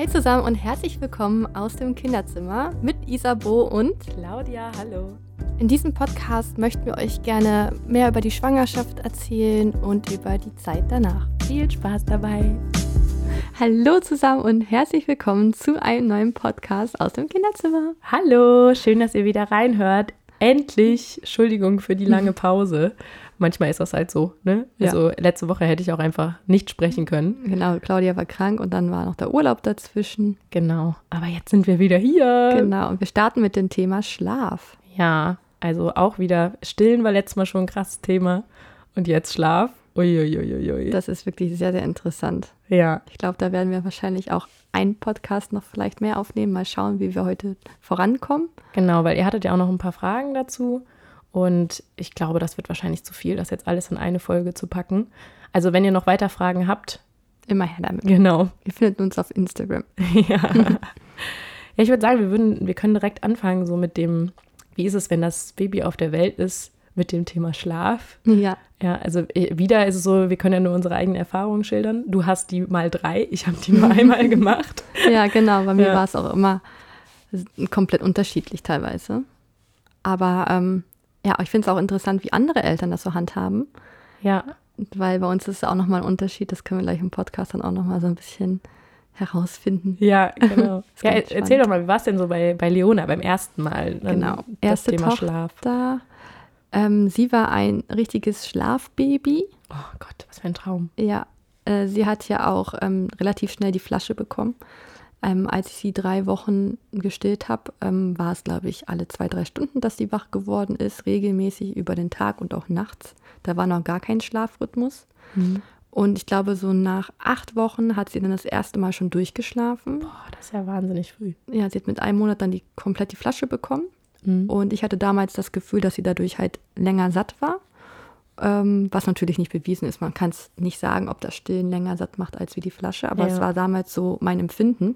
Hi zusammen und herzlich willkommen aus dem Kinderzimmer mit Isabeau und Claudia, hallo. In diesem Podcast möchten wir euch gerne mehr über die Schwangerschaft erzählen und über die Zeit danach. Viel Spaß dabei. Hallo zusammen und herzlich willkommen zu einem neuen Podcast aus dem Kinderzimmer. Hallo, schön, dass ihr wieder reinhört. Endlich, Entschuldigung für die lange Pause. Manchmal ist das halt so, ne? Also letzte Woche hätte ich auch einfach nicht sprechen können. Genau, Claudia war krank und dann war noch der Urlaub dazwischen. Genau, aber jetzt sind wir wieder hier. Genau, und wir starten mit dem Thema Schlaf. Ja, also auch wieder, Stillen war letztes Mal schon ein krasses Thema und jetzt Schlaf. Uiuiuiui. Das ist wirklich sehr, sehr interessant. Ja. Ich glaube, da werden wir wahrscheinlich auch einen Podcast noch vielleicht mehr aufnehmen. Mal schauen, wie wir heute vorankommen. Genau, weil ihr hattet ja auch noch ein paar Fragen dazu. Und ich glaube, das wird wahrscheinlich zu viel, das jetzt alles in eine Folge zu packen. Also wenn ihr noch weiter Fragen habt. Immer her damit. Genau. Ihr findet uns auf Instagram. Ja. Ja, ich würde sagen, wir können direkt anfangen so mit dem, wie ist es, wenn das Baby auf der Welt ist, mit dem Thema Schlaf. Ja. Ja, also wieder ist es so, wir können ja nur unsere eigenen Erfahrungen schildern. Du hast die mal 3, ich habe die nur einmal gemacht. Ja, genau. Bei mir war es auch immer komplett unterschiedlich teilweise. Aber ich finde es auch interessant, wie andere Eltern das so handhaben. Ja. Weil bei uns ist es auch nochmal ein Unterschied. Das können wir gleich im Podcast dann auch nochmal so ein bisschen herausfinden. Ja, genau. Ja, erzähl spannend. doch mal, wie war es denn so bei Leona beim ersten Mal? Genau. Das Erste Thema Tochter, Schlaf. Sie war ein richtiges Schlafbaby. Oh Gott, was für ein Traum. Ja, sie hat ja auch relativ schnell die Flasche bekommen. Als ich sie 3 Wochen gestillt habe, war es, glaube ich, alle 2-3 Stunden, dass sie wach geworden ist, regelmäßig über den Tag und auch nachts. Da war noch gar kein Schlafrhythmus. Mhm. Und ich glaube, so nach 8 Wochen hat sie dann das erste Mal schon durchgeschlafen. Boah, das ist ja wahnsinnig früh. Ja, sie hat mit 1 Monat dann komplett die Flasche bekommen. Mhm. Und ich hatte damals das Gefühl, dass sie dadurch halt länger satt war. Was natürlich nicht bewiesen ist. Man kann es nicht sagen, ob das Stillen länger satt macht als wie die Flasche, aber es war damals so mein Empfinden.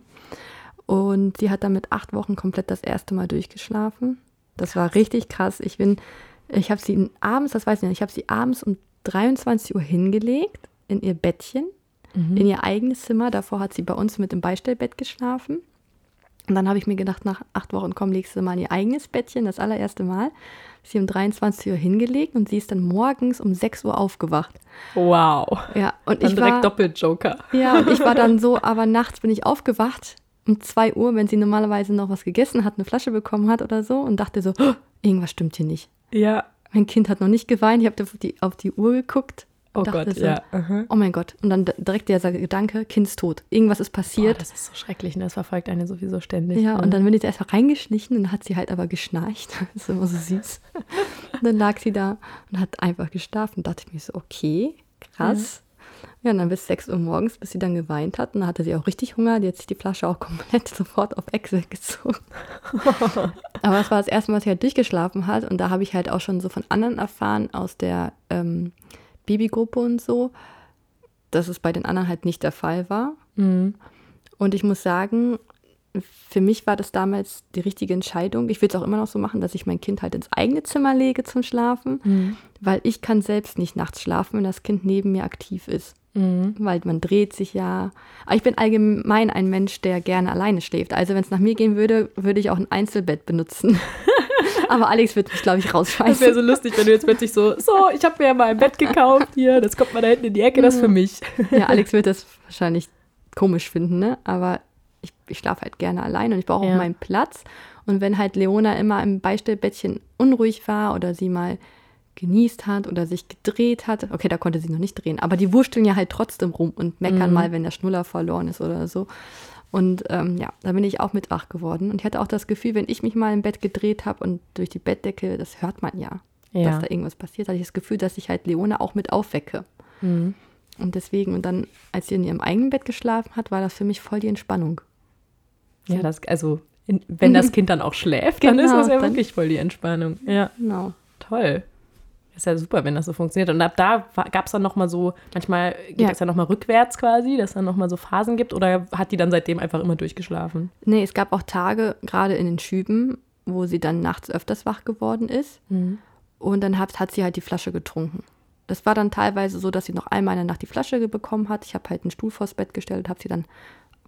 Und sie hat dann mit 8 Wochen komplett das erste Mal durchgeschlafen. Das war richtig krass. Ich habe sie abends, das weiß ich nicht, ich habe sie abends um 23 Uhr hingelegt in ihr Bettchen, in ihr eigenes Zimmer. Davor hat sie bei uns mit dem Beistellbett geschlafen. Und dann habe ich mir gedacht, nach 8 Wochen, komm, legst du mal in ihr eigenes Bettchen, das allererste Mal. Sie um 23 Uhr hingelegt und sie ist dann morgens um 6 Uhr aufgewacht. Wow. Ja, und dann direkt Doppeljoker. Ja, und ich war dann so, aber nachts bin ich aufgewacht um 2 Uhr, wenn sie normalerweise noch was gegessen hat, eine Flasche bekommen hat oder so und dachte so, oh, irgendwas stimmt hier nicht. Ja. Mein Kind hat noch nicht geweint, ich habe auf die Uhr geguckt. Oh Gott, so, ja. Oh mein Gott. Und dann direkt dieser Gedanke, Kind ist tot. Irgendwas ist passiert. Boah, das ist so schrecklich und das verfolgt eine sowieso ständig. Ja, und dann bin ich erst mal reingeschlichen und dann hat sie halt aber geschnarcht. Das ist immer so süß. Und dann lag sie da und hat einfach geschlafen. Und dachte ich mir so, okay, krass. Ja, und dann bis 6 Uhr morgens, bis sie dann geweint hat. Und dann hatte sie auch richtig Hunger. Die hat sich die Flasche auch komplett sofort auf Ex gezogen. Aber es war das erste Mal, dass sie halt durchgeschlafen hat. Und da habe ich halt auch schon so von anderen erfahren aus der Babygruppe und so, dass es bei den anderen halt nicht der Fall war. Mhm. Und ich muss sagen, für mich war das damals die richtige Entscheidung. Ich will es auch immer noch so machen, dass ich mein Kind halt ins eigene Zimmer lege zum Schlafen, weil ich kann selbst nicht nachts schlafen, wenn das Kind neben mir aktiv ist. Weil man dreht sich ja. Aber ich bin allgemein ein Mensch, der gerne alleine schläft. Also wenn es nach mir gehen würde, würde ich auch ein Einzelbett benutzen. Aber Alex wird mich, glaube ich, rausschmeißen. Das wäre so lustig, wenn du jetzt plötzlich so, ich habe mir ja mal ein Bett gekauft hier, das kommt mal da hinten in die Ecke, das ist für mich. Ja, Alex wird das wahrscheinlich komisch finden, ne? Aber ich schlafe halt gerne allein und ich brauche auch meinen Platz. Und wenn halt Leona immer im Beistellbettchen unruhig war oder sie mal genießt hat oder sich gedreht hat, okay, da konnte sie noch nicht drehen, aber die wursteln ja halt trotzdem rum und meckern mal, wenn der Schnuller verloren ist oder so. Und da bin ich auch mit wach geworden. Und ich hatte auch das Gefühl, wenn ich mich mal im Bett gedreht habe und durch die Bettdecke, das hört man ja, dass da irgendwas passiert, hatte ich das Gefühl, dass ich halt Leona auch mit aufwecke. Mhm. Und deswegen, und dann, als sie in ihrem eigenen Bett geschlafen hat, war das für mich voll die Entspannung. Ja, wenn das Kind dann auch schläft, dann ist das ja wirklich voll die Entspannung. Ja, genau. Toll. Ist ja super, wenn das so funktioniert. Und ab da gab es dann nochmal so, manchmal geht es ja nochmal rückwärts quasi, dass es dann nochmal so Phasen gibt, oder hat die dann seitdem einfach immer durchgeschlafen? Nee, es gab auch Tage, gerade in den Schüben, wo sie dann nachts öfters wach geworden ist. Mhm. Und dann hat sie halt die Flasche getrunken. Das war dann teilweise so, dass sie noch einmal in der Nacht die Flasche bekommen hat. Ich habe halt einen Stuhl vors Bett gestellt und habe sie dann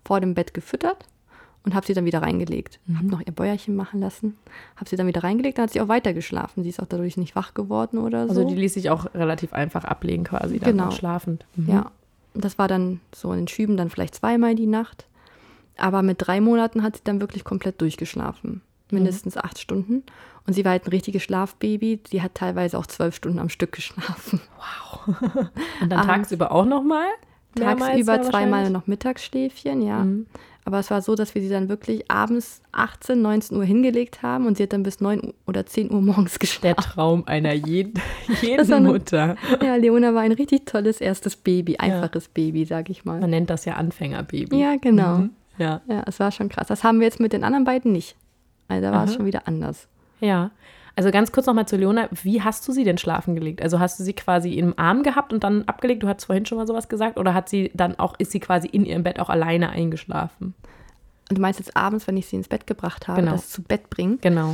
vor dem Bett gefüttert und habe sie dann wieder reingelegt. Habe noch ihr Bäuerchen machen lassen, habe sie dann wieder reingelegt, dann hat sie auch weiter geschlafen. Sie ist auch dadurch nicht wach geworden oder so. Also die ließ sich auch relativ einfach ablegen quasi, dann Genau. schlafend. Ja, und das war dann so in den Schüben dann vielleicht 2-mal die Nacht. Aber mit 3 Monaten hat sie dann wirklich komplett durchgeschlafen. Mindestens 8 Stunden. Und sie war halt ein richtiges Schlafbaby. Sie hat teilweise auch 12 Stunden am Stück geschlafen. Und dann tagsüber auch nochmal? Tagsüber ja, 2-mal noch Mittagsschläfchen, ja. Aber es war so, dass wir sie dann wirklich abends 18, 19 Uhr hingelegt haben und sie hat dann bis 9 Uhr oder 10 Uhr morgens geschlafen. Der Traum einer jeden war Mutter. Ja, Leona war ein richtig tolles erstes Baby, einfaches Baby, sag ich mal. Man nennt das ja Anfängerbaby. Ja, genau. Ja, es war schon krass. Das haben wir jetzt mit den anderen beiden nicht. Also da war es schon wieder anders. Ja. Also ganz kurz nochmal zu Leona. Wie hast du sie denn schlafen gelegt? Also hast du sie quasi im Arm gehabt und dann abgelegt? Du hattest vorhin schon mal sowas gesagt. Oder ist sie quasi in ihrem Bett auch alleine eingeschlafen? Und du meinst jetzt abends, wenn ich sie ins Bett gebracht habe, das zu Bett bringen? Genau.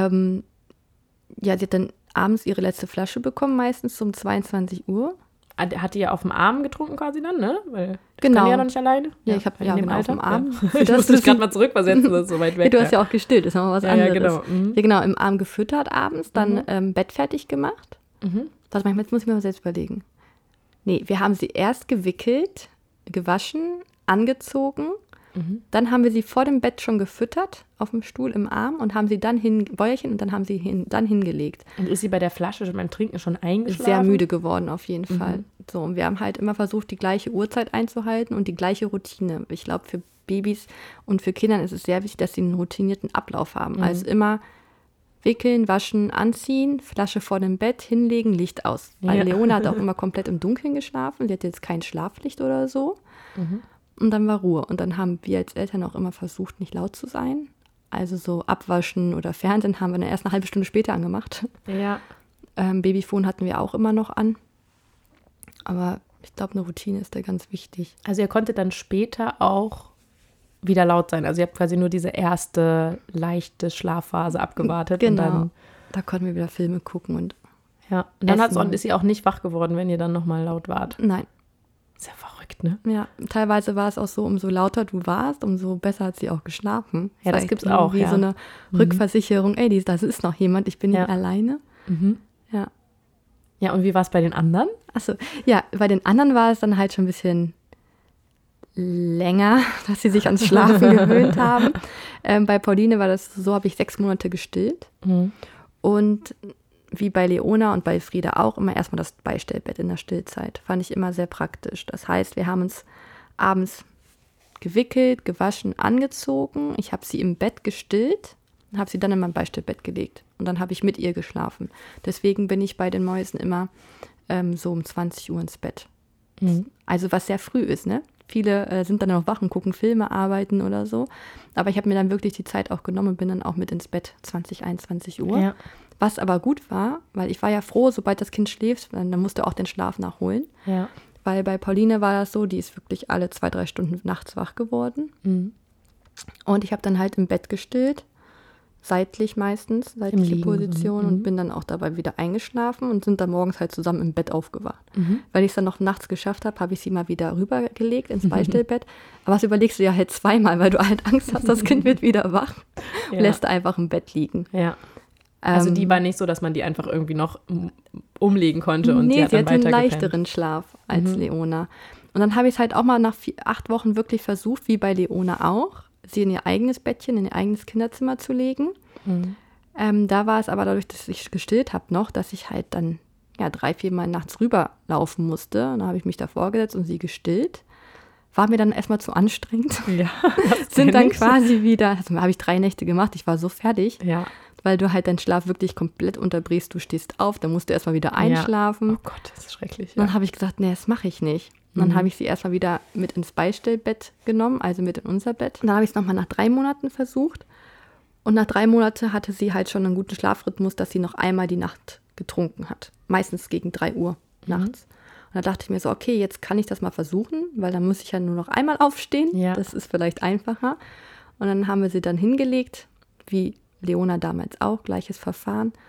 Sie hat dann abends ihre letzte Flasche bekommen, meistens um 22 Uhr. Hat die ja auf dem Arm getrunken quasi dann, ne? Weil das genau. kann die ja noch nicht alleine. Ja, ich habe auf dem Arm. Ja. Ich muss mich gerade mal zurückversetzen, das ist so weit weg. Du hast ja auch gestillt, ist noch mal was anderes. Ja, genau. Ja, genau, im Arm gefüttert abends, dann Bett fertig gemacht. Warte mal, jetzt muss ich mir mal selbst überlegen. Nee, wir haben sie erst gewickelt, gewaschen, angezogen. Dann haben wir sie vor dem Bett schon gefüttert, auf dem Stuhl im Arm und haben sie dann Bäuerchen und dann haben sie dann hingelegt. Und ist sie bei der Flasche beim Trinken schon eingeschlafen? Sehr müde geworden auf jeden Fall. So, und wir haben halt immer versucht, die gleiche Uhrzeit einzuhalten und die gleiche Routine. Ich glaube, für Babys und für Kinder ist es sehr wichtig, dass sie einen routinierten Ablauf haben. Also immer wickeln, waschen, anziehen, Flasche vor dem Bett, hinlegen, Licht aus. Weil Leona hat auch immer komplett im Dunkeln geschlafen. Sie hatte jetzt kein Schlaflicht oder so. Und dann war Ruhe. Und dann haben wir als Eltern auch immer versucht, nicht laut zu sein. Also so Abwaschen oder Fernsehen haben wir dann erst eine halbe Stunde später angemacht. Ja. Babyphone hatten wir auch immer noch an. Aber ich glaube, eine Routine ist da ganz wichtig. Also ihr konntet dann später auch wieder laut sein. Also ihr habt quasi nur diese erste leichte Schlafphase abgewartet. Genau, und dann, da konnten wir wieder Filme gucken. Und dann ist sie auch nicht wach geworden, wenn ihr dann nochmal laut wart. Nein. Ist ja verrückt, ne? Ja, teilweise war es auch so, umso lauter du warst, umso besser hat sie auch geschlafen. Ja, das gibt's auch, Wie so eine Rückversicherung. Ey, das ist noch jemand, ich bin nicht alleine. Ja. Ja, und wie war es bei den anderen? Achso, ja, bei den anderen war es dann halt schon ein bisschen länger, dass sie sich ans Schlafen gewöhnt haben. Bei Pauline war das so, habe ich 6 Monate gestillt. Und wie bei Leona und bei Frieda auch, immer erstmal das Beistellbett in der Stillzeit. Fand ich immer sehr praktisch. Das heißt, wir haben uns abends gewickelt, gewaschen, angezogen. Ich habe sie im Bett gestillt und habe sie dann in mein Beistellbett gelegt. Und dann habe ich mit ihr geschlafen. Deswegen bin ich bei den Mäusen immer so um 20 Uhr ins Bett. Also was sehr früh ist, ne? Viele sind dann noch wach und gucken Filme, arbeiten oder so. Aber ich habe mir dann wirklich die Zeit auch genommen und bin dann auch mit ins Bett 20, 21 Uhr. Ja. Was aber gut war, weil ich war ja froh, sobald das Kind schläft, dann musste auch den Schlaf nachholen. Ja. Weil bei Pauline war das so, die ist wirklich alle 2, 3 Stunden nachts wach geworden. Und ich habe dann halt im Bett gestillt, seitlich meistens, seitliche Position und bin dann auch dabei wieder eingeschlafen und sind dann morgens halt zusammen im Bett aufgewacht. Weil ich es dann noch nachts geschafft habe, habe ich sie mal wieder rübergelegt ins Beistellbett. Aber das überlegst du ja halt zweimal, weil du halt Angst hast, das Kind wird wieder wach und lässt einfach im Bett liegen. Ja. Also die war nicht so, dass man die einfach irgendwie noch umlegen konnte und nee, sie hat dann einen weiter leichteren Schlaf als Leona. Und dann habe ich es halt auch mal nach 8 Wochen wirklich versucht, wie bei Leona auch, sie in ihr eigenes Bettchen, in ihr eigenes Kinderzimmer zu legen. Da war es aber dadurch, dass ich gestillt habe noch, dass ich halt dann 3, 4 Mal nachts rüberlaufen musste. Und dann habe ich mich davor gesetzt und sie gestillt. War mir dann erstmal zu anstrengend. Ja, sind dann quasi wieder, also habe ich 3 Nächte gemacht, ich war so fertig. Ja. Weil du halt deinen Schlaf wirklich komplett unterbrichst. Du stehst auf, dann musst du erstmal wieder einschlafen. Ja. Oh Gott, das ist schrecklich. Dann habe ich gesagt, nee, das mache ich nicht. Und dann habe ich sie erstmal wieder mit ins Beistellbett genommen, also mit in unser Bett. Und dann habe ich es nochmal nach 3 Monaten versucht. Und nach 3 Monaten hatte sie halt schon einen guten Schlafrhythmus, dass sie noch einmal die Nacht getrunken hat. Meistens gegen 3 Uhr nachts. Und da dachte ich mir so, okay, jetzt kann ich das mal versuchen, weil dann muss ich ja nur noch einmal aufstehen. Ja. Das ist vielleicht einfacher. Und dann haben wir sie dann hingelegt, wie Leona damals auch, gleiches Verfahren.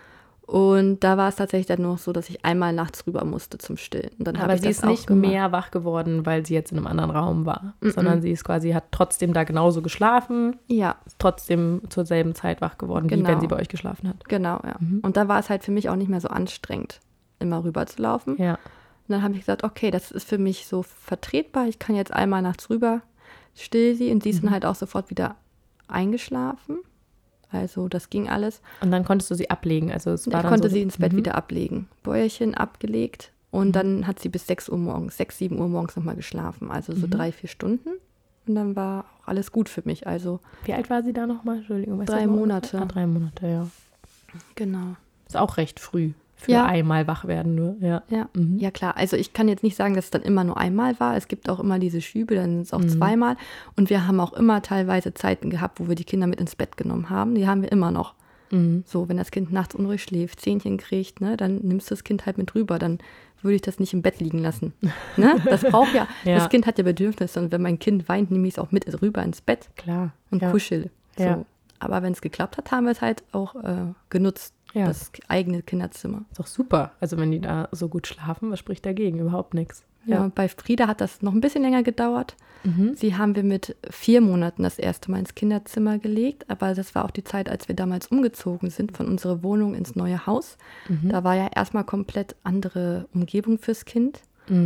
Und da war es tatsächlich dann nur so, dass ich einmal nachts rüber musste zum Stillen. Und dann habe Aber ich sie das ist auch nicht gemacht. mehr wach geworden, weil sie jetzt in einem anderen Raum war, sondern sie ist quasi, hat trotzdem da genauso geschlafen, Ja, ist trotzdem zur selben Zeit wach geworden, wie Genau. wenn sie bei euch geschlafen hat. genau, ja. Und da war es halt für mich auch nicht mehr so anstrengend, immer rüber zu laufen. Ja. Und dann habe ich gesagt, okay, das ist für mich so vertretbar. Ich kann jetzt einmal nachts rüber, still sie und sie ist dann halt auch sofort wieder eingeschlafen. Also das ging alles. Und dann konntest du sie ablegen. Also es war Ich dann konnte so, sie ins Bett wieder ablegen. Bäuerchen abgelegt und dann hat sie bis 6 Uhr morgens, 6, 7 Uhr morgens nochmal geschlafen. Also so 3-4 Stunden. Und dann war auch alles gut für mich. Also Wie alt war sie da nochmal? Entschuldigung. weißt du 3 das noch? Monate. 3 Monate, ja. genau. Ist auch recht früh für Ja. einmal wach werden nur. Ja. Ja, ja klar. Also ich kann jetzt nicht sagen, dass es dann immer nur einmal war. Es gibt auch immer diese Schübe, dann sind es auch zweimal. Und wir haben auch immer teilweise Zeiten gehabt, wo wir die Kinder mit ins Bett genommen haben. Die haben wir immer noch. So, wenn das Kind nachts unruhig schläft, Zähnchen kriegt, ne, dann nimmst du das Kind halt mit rüber. Dann würde ich das nicht im Bett liegen lassen. Ne? Das braucht ja, Ja. das Kind hat ja Bedürfnisse. Und wenn mein Kind weint, nehme ich es auch mit rüber ins Bett Klar. und ja. kuschel. So. Ja. Aber wenn es geklappt hat, haben wir es halt auch genutzt. Ja. Das eigene Kinderzimmer. Ist doch super. Also wenn die da so gut schlafen, was spricht dagegen? Überhaupt nichts. Ja, bei Frieda hat das noch ein bisschen länger gedauert. Sie haben wir mit 4 Monaten das erste Mal ins Kinderzimmer gelegt, aber das war auch die Zeit, als wir damals umgezogen sind von unserer Wohnung ins neue Haus. Da war ja erstmal komplett andere Umgebung fürs Kind.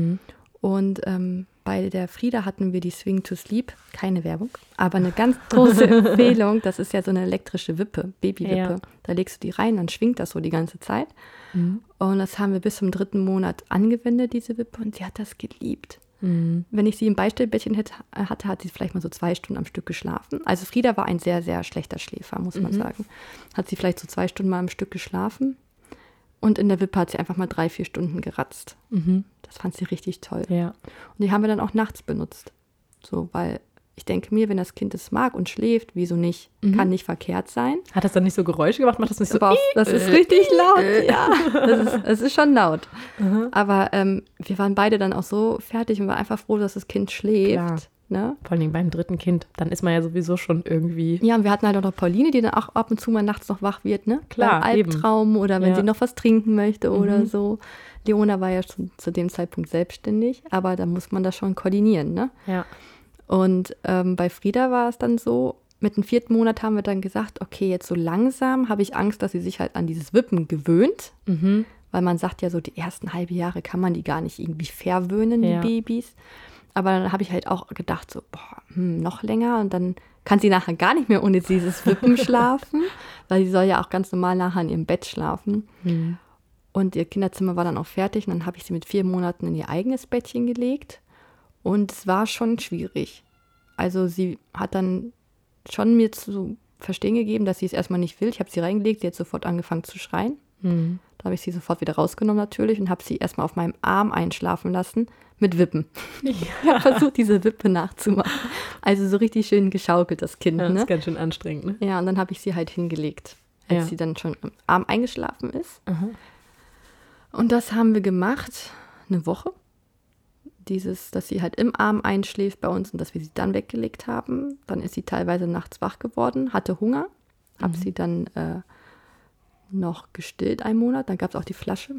Und bei der Frieda hatten wir die Swing to Sleep, keine Werbung, aber eine ganz große Empfehlung. Das ist ja so eine elektrische Wippe, Babywippe. Ja. Da legst du die rein, dann schwingt das so die ganze Zeit. Und das haben wir bis zum 3. Monat angewendet, diese Wippe, und sie hat das geliebt. Wenn ich sie im Beistellbettchen hatte, hat sie vielleicht mal so 2 Stunden am Stück geschlafen. Also Frieda war ein sehr, sehr schlechter Schläfer, muss man sagen. Hat sie vielleicht so 2 Stunden mal am Stück geschlafen. Und in der Wippe hat sie einfach mal 3-4 Stunden geratzt. Das fand sie richtig toll. Ja. Und die haben wir dann auch nachts benutzt. So, weil ich denke mir, wenn das Kind es mag und schläft, wieso nicht? Kann nicht verkehrt sein. Hat das dann nicht so Geräusche gemacht? Macht das nicht so? Aber das ist richtig laut, ja. Es ist schon laut. Aber wir waren beide dann auch so fertig und waren einfach froh, dass das Kind schläft. Klar. Ne? Vor allem beim 3. Kind. Dann ist man ja sowieso schon irgendwie. Ja, und wir hatten halt auch noch Pauline, die dann auch ab und zu mal nachts noch wach wird, ne? Klar, Beim Albtraum oder wenn Ja. sie noch was trinken möchte oder so. Leona war ja schon zu dem Zeitpunkt selbstständig, aber da muss man das schon koordinieren, ne? Ja. Und bei Frieda war es dann so, mit dem 4. Monat haben wir dann gesagt, okay, jetzt so langsam habe ich Angst, dass sie sich halt an dieses Wippen gewöhnt. Weil man sagt ja so, die ersten halbe Jahre kann man die gar nicht irgendwie verwöhnen, Ja. die Babys. Aber dann habe ich halt auch gedacht, so, noch länger und dann kann sie nachher gar nicht mehr ohne dieses Wippen schlafen, weil sie soll ja auch ganz normal nachher in ihrem Bett schlafen. Und ihr Kinderzimmer war dann auch fertig und dann habe ich sie mit 4 Monaten in ihr eigenes Bettchen gelegt und es war schon schwierig. Also sie hat dann schon mir zu verstehen gegeben, dass sie es erstmal nicht will. Ich habe sie reingelegt, sie hat sofort angefangen zu schreien. Da habe ich sie sofort wieder rausgenommen natürlich und habe sie erstmal auf meinem Arm einschlafen lassen mit Wippen. Ich habe versucht, diese Wippe nachzumachen. Also so richtig schön geschaukelt, das Kind. Ja, das Ne? ist ganz schön anstrengend, ne? Ja, und dann habe ich sie halt hingelegt, als Ja. sie dann schon am Arm eingeschlafen ist. Und das haben wir gemacht, eine Woche. Dass sie halt im Arm einschläft bei uns und dass wir sie dann weggelegt haben. Dann ist sie teilweise nachts wach geworden, hatte Hunger. Habe sie dann noch gestillt 1 Monat, dann gab es auch die Flasche.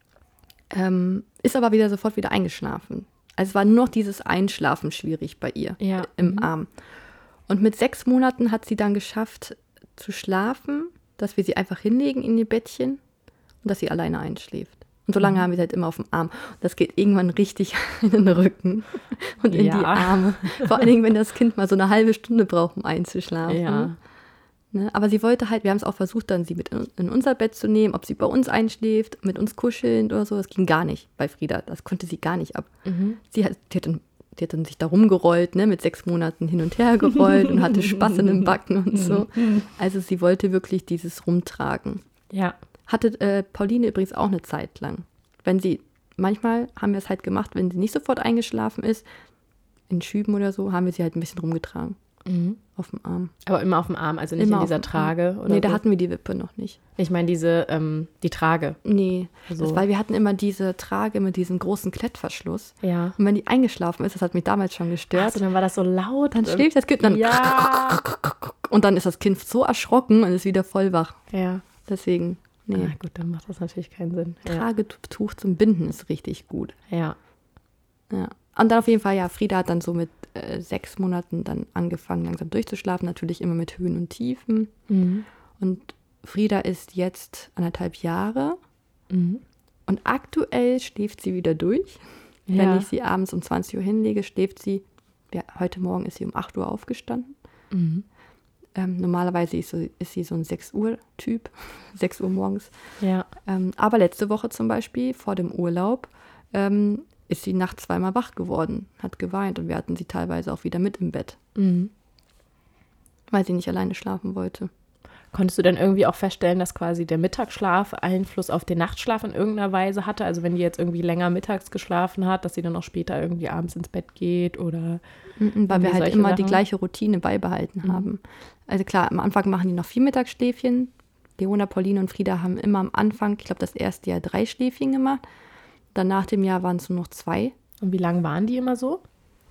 Ist aber sofort wieder eingeschlafen. Also es war nur noch dieses Einschlafen schwierig bei ihr Ja. im Arm. Und mit 6 Monaten hat sie dann geschafft zu schlafen, dass wir sie einfach hinlegen in ihr Bettchen und dass sie alleine einschläft. Und so lange haben wir sie halt immer auf dem Arm. Und das geht irgendwann richtig in den Rücken und in Ja. die Arme. Vor allen Dingen, wenn das Kind mal so eine halbe Stunde braucht, um einzuschlafen. Ja. Ne? Aber sie wollte halt, wir haben es auch versucht, dann sie mit in unser Bett zu nehmen, ob sie bei uns einschläft, mit uns kuscheln oder so. Das ging gar nicht bei Frieda. Das konnte sie gar nicht ab. Die hat dann sich da rumgerollt, ne, mit 6 Monaten hin und her gerollt und hatte Spaß in den Backen und so. Also sie wollte wirklich dieses Rumtragen. Ja. Hatte Pauline übrigens auch eine Zeit lang. Manchmal haben wir es halt gemacht, wenn sie nicht sofort eingeschlafen ist, in Schüben oder so, haben wir sie halt ein bisschen rumgetragen. Auf dem Arm. Aber immer auf dem Arm, also nicht Immer in auf dieser dem Trage Arm. oder Nee, da so. hatten wir die Wippe noch nicht. Ich meine die Trage. Nee, So. weil wir hatten immer diese Trage mit diesem großen Klettverschluss. Ja. Und wenn die eingeschlafen ist, das hat mich damals schon gestört, Also dann war das so laut. dann schläft das Kind und dann Ja. und dann ist das Kind so erschrocken und ist wieder voll wach. Ja. Deswegen, Nee. Ah, gut, dann macht das natürlich keinen Sinn. Ja. Tragetuch zum Binden ist richtig gut. Ja. Ja. Und dann auf jeden Fall, ja, Frieda hat dann so mit 6 Monaten dann angefangen, langsam durchzuschlafen. Natürlich immer mit Höhen und Tiefen. Mhm. Und Frieda ist jetzt 1,5 Jahre. Mhm. Und aktuell schläft sie wieder durch. Ja. Wenn ich sie abends um 20 Uhr hinlege, schläft sie. Ja, heute Morgen ist sie um 8 Uhr aufgestanden. Mhm. Normalerweise ist sie so ein 6 Uhr-Typ, 6 Uhr morgens. Ja. Aber letzte Woche zum Beispiel, vor dem Urlaub, ist sie nachts 2-mal wach geworden, hat geweint und wir hatten sie teilweise auch wieder mit im Bett, Mhm. weil sie nicht alleine schlafen wollte. Konntest du dann irgendwie auch feststellen, dass quasi der Mittagsschlaf Einfluss auf den Nachtschlaf in irgendeiner Weise hatte? Also wenn die jetzt irgendwie länger mittags geschlafen hat, dass sie dann auch später irgendwie abends ins Bett geht oder Weil wir halt solche immer die Sachen? gleiche Routine beibehalten haben. Also klar, am Anfang machen die noch 4 Mittagsschläfchen. Leona, Pauline und Frieda haben immer am Anfang, ich glaube das erste Jahr 3 Schläfchen gemacht. Dann nach dem Jahr waren es nur noch 2. Und wie lang waren die immer so?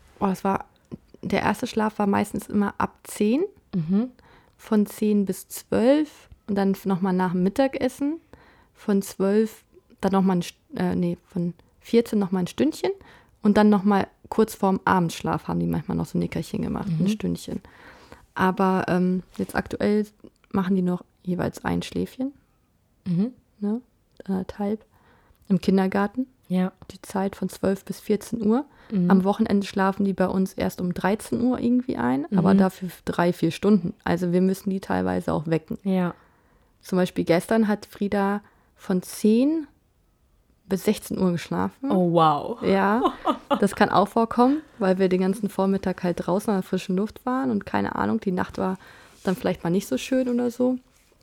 Der erste Schlaf war meistens immer ab 10, Mhm. von 10 bis 12 und dann nochmal nach dem Mittagessen. Von 12 dann nochmal von 14 nochmal ein Stündchen und dann nochmal kurz vorm Abendschlaf haben die manchmal noch so ein Nickerchen gemacht, ein Stündchen. Aber jetzt aktuell machen die noch jeweils ein Schläfchen, Mhm. ne? 1,5. Im Kindergarten, Ja. die Zeit von 12 bis 14 Uhr. Am Wochenende schlafen die bei uns erst um 13 Uhr irgendwie ein, aber dafür 3-4 Stunden. Also wir müssen die teilweise auch wecken. Ja. Zum Beispiel gestern hat Frieda von 10 bis 16 Uhr geschlafen. Oh, wow. Ja, das kann auch vorkommen, weil wir den ganzen Vormittag halt draußen an der frischen Luft waren und keine Ahnung, die Nacht war dann vielleicht mal nicht so schön oder so.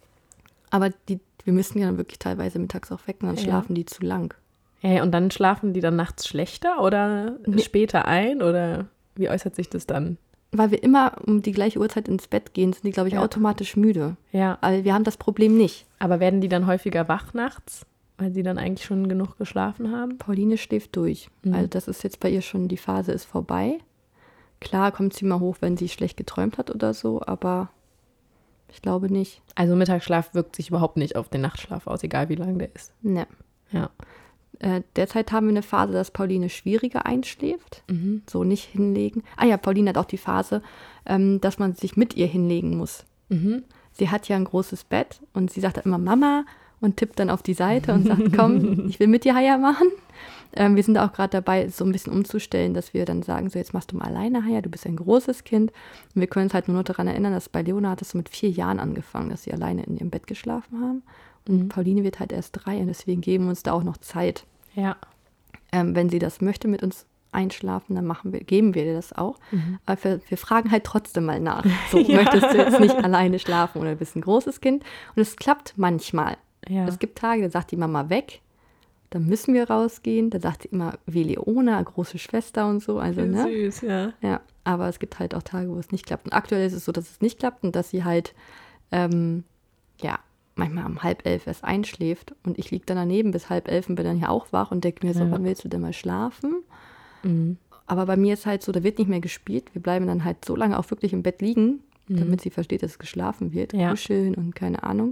Aber wir müssen ja dann wirklich teilweise mittags auch wecken, dann Ja. schlafen die zu lang. Hey, und dann schlafen die dann nachts schlechter oder später ein? Oder wie äußert sich das dann? Weil wir immer um die gleiche Uhrzeit ins Bett gehen, sind die, glaube ich, Ja. automatisch müde. Ja. Also wir haben das Problem nicht. Aber werden die dann häufiger wach nachts, weil sie dann eigentlich schon genug geschlafen haben? Pauline schläft durch. Also das ist jetzt bei ihr schon, die Phase ist vorbei. Klar kommt sie mal hoch, wenn sie schlecht geträumt hat oder so, aber ich glaube nicht. Also Mittagsschlaf wirkt sich überhaupt nicht auf den Nachtschlaf aus, egal wie lang der ist. Ne. Ja. Derzeit haben wir eine Phase, dass Pauline schwieriger einschläft. So nicht hinlegen. Ah ja, Pauline hat auch die Phase, dass man sich mit ihr hinlegen muss. Sie hat ja ein großes Bett und sie sagt dann immer Mama und tippt dann auf die Seite und sagt, komm, ich will mit dir Haya machen. Wir sind auch gerade dabei, so ein bisschen umzustellen, dass wir dann sagen, so jetzt machst du mal alleine Haya, du bist ein großes Kind. Und wir können uns halt nur noch daran erinnern, dass bei Leona hat es so mit 4 Jahren angefangen, dass sie alleine in ihrem Bett geschlafen haben. Und Pauline wird halt erst 3 und deswegen geben wir uns da auch noch Zeit. Ja. Wenn sie das möchte mit uns einschlafen, dann geben wir dir das auch. Aber wir fragen halt trotzdem mal nach. So, möchtest du jetzt nicht alleine schlafen oder bist ein großes Kind? Und es klappt manchmal. Ja. Es gibt Tage, da sagt die Mama weg, dann müssen wir rausgehen. Da sagt sie immer, wie Leona, große Schwester und so. Also, ne? Süß, ja. Ja, aber es gibt halt auch Tage, wo es nicht klappt. Und aktuell ist es so, dass es nicht klappt und dass sie halt, manchmal um 10:30 erst einschläft und ich liege dann daneben bis 10:30 und bin dann hier auch wach und denke mir so, wann willst du denn mal schlafen? Aber bei mir ist halt so, da wird nicht mehr gespielt. Wir bleiben dann halt so lange auch wirklich im Bett liegen, damit sie versteht, dass geschlafen wird, Ja. kuscheln und keine Ahnung.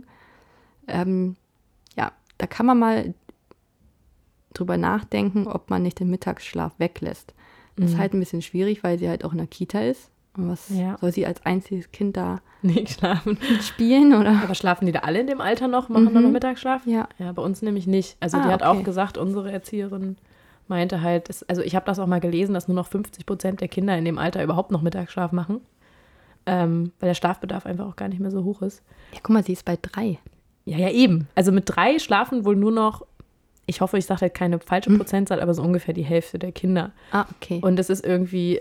Da kann man mal drüber nachdenken, ob man nicht den Mittagsschlaf weglässt. Das ist halt ein bisschen schwierig, weil sie halt auch in der Kita ist. Und was soll sie als einziges Kind da Nicht schlafen. spielen? Oder? Aber schlafen die da alle in dem Alter noch? Machen da noch Mittagsschlaf? Ja. Ja, bei uns nämlich nicht. Also die hat okay. auch gesagt, unsere Erzieherin meinte halt, also ich habe das auch mal gelesen, dass nur noch 50% der Kinder in dem Alter überhaupt noch Mittagsschlaf machen. Weil der Schlafbedarf einfach auch gar nicht mehr so hoch ist. Ja, guck mal, sie ist bei 3. Ja, eben. Also mit 3 schlafen wohl nur noch, ich hoffe, ich sage halt keine falsche Prozentzahl, aber so ungefähr die Hälfte der Kinder. Ah, okay. Und das ist irgendwie,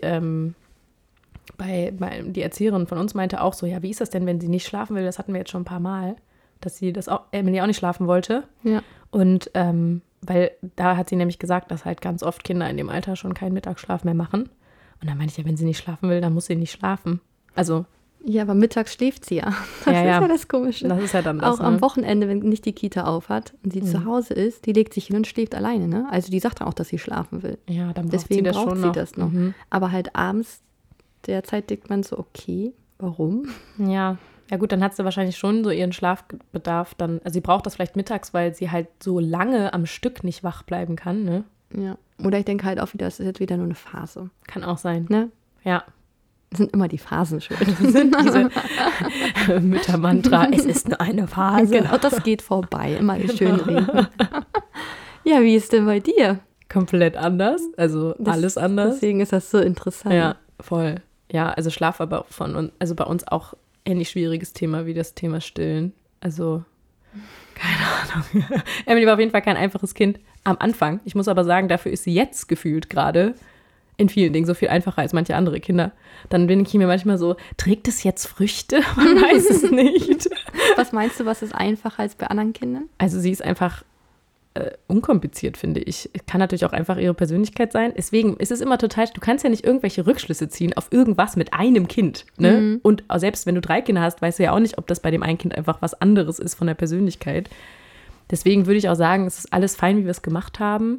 die Erzieherin von uns meinte auch so, ja, wie ist das denn, wenn sie nicht schlafen will? Das hatten wir jetzt schon ein paar Mal, dass sie das auch, Emily auch nicht schlafen wollte. Ja. Und weil da hat sie nämlich gesagt, dass halt ganz oft Kinder in dem Alter schon keinen Mittagsschlaf mehr machen. Und dann meinte ich, ja, wenn sie nicht schlafen will, dann muss sie nicht schlafen. Also Ja, aber mittags schläft sie ja. Das ist ja das Komische. das ist ja dann das. Auch am Wochenende, wenn nicht die Kita auf hat und sie zu Hause ist, die legt sich hin und schläft alleine, ne? Also die sagt dann auch, dass sie schlafen will. Ja, dann braucht Deswegen sie das braucht schon sie noch. das noch. Aber halt abends, derzeit denkt man so, okay, warum? Ja, Ja gut, dann hat sie wahrscheinlich schon so ihren Schlafbedarf dann, also sie braucht das vielleicht mittags, weil sie halt so lange am Stück nicht wach bleiben kann, ne? Ja. Oder ich denke halt auch wieder, es ist jetzt wieder nur eine Phase. Kann auch sein. Ne? Ja. Es sind immer die Phasen schuld. Sind diese Müttermantra, es ist nur eine Phase. Genau, das geht vorbei. Immer schön reden. Ja, wie ist denn bei dir? Komplett anders, also alles anders. Deswegen ist das so interessant. Ja, voll. Ja, also Schlaf war also bei uns auch ähnlich schwieriges Thema wie das Thema Stillen. Also, keine Ahnung. Emily war auf jeden Fall kein einfaches Kind am Anfang. Ich muss aber sagen, dafür ist sie jetzt gefühlt gerade in vielen Dingen so viel einfacher als manche andere Kinder. Dann bin ich mir manchmal so, trägt es jetzt Früchte? Man weiß es nicht. Was meinst du, was ist einfacher als bei anderen Kindern? Also sie ist einfach unkompliziert, finde ich. Kann natürlich auch einfach ihre Persönlichkeit sein. Deswegen ist es immer total, du kannst ja nicht irgendwelche Rückschlüsse ziehen auf irgendwas mit einem Kind. Ne? Mhm. Und selbst wenn du 3 Kinder hast, weißt du ja auch nicht, ob das bei dem einen Kind einfach was anderes ist von der Persönlichkeit. Deswegen würde ich auch sagen, es ist alles fein, wie wir es gemacht haben.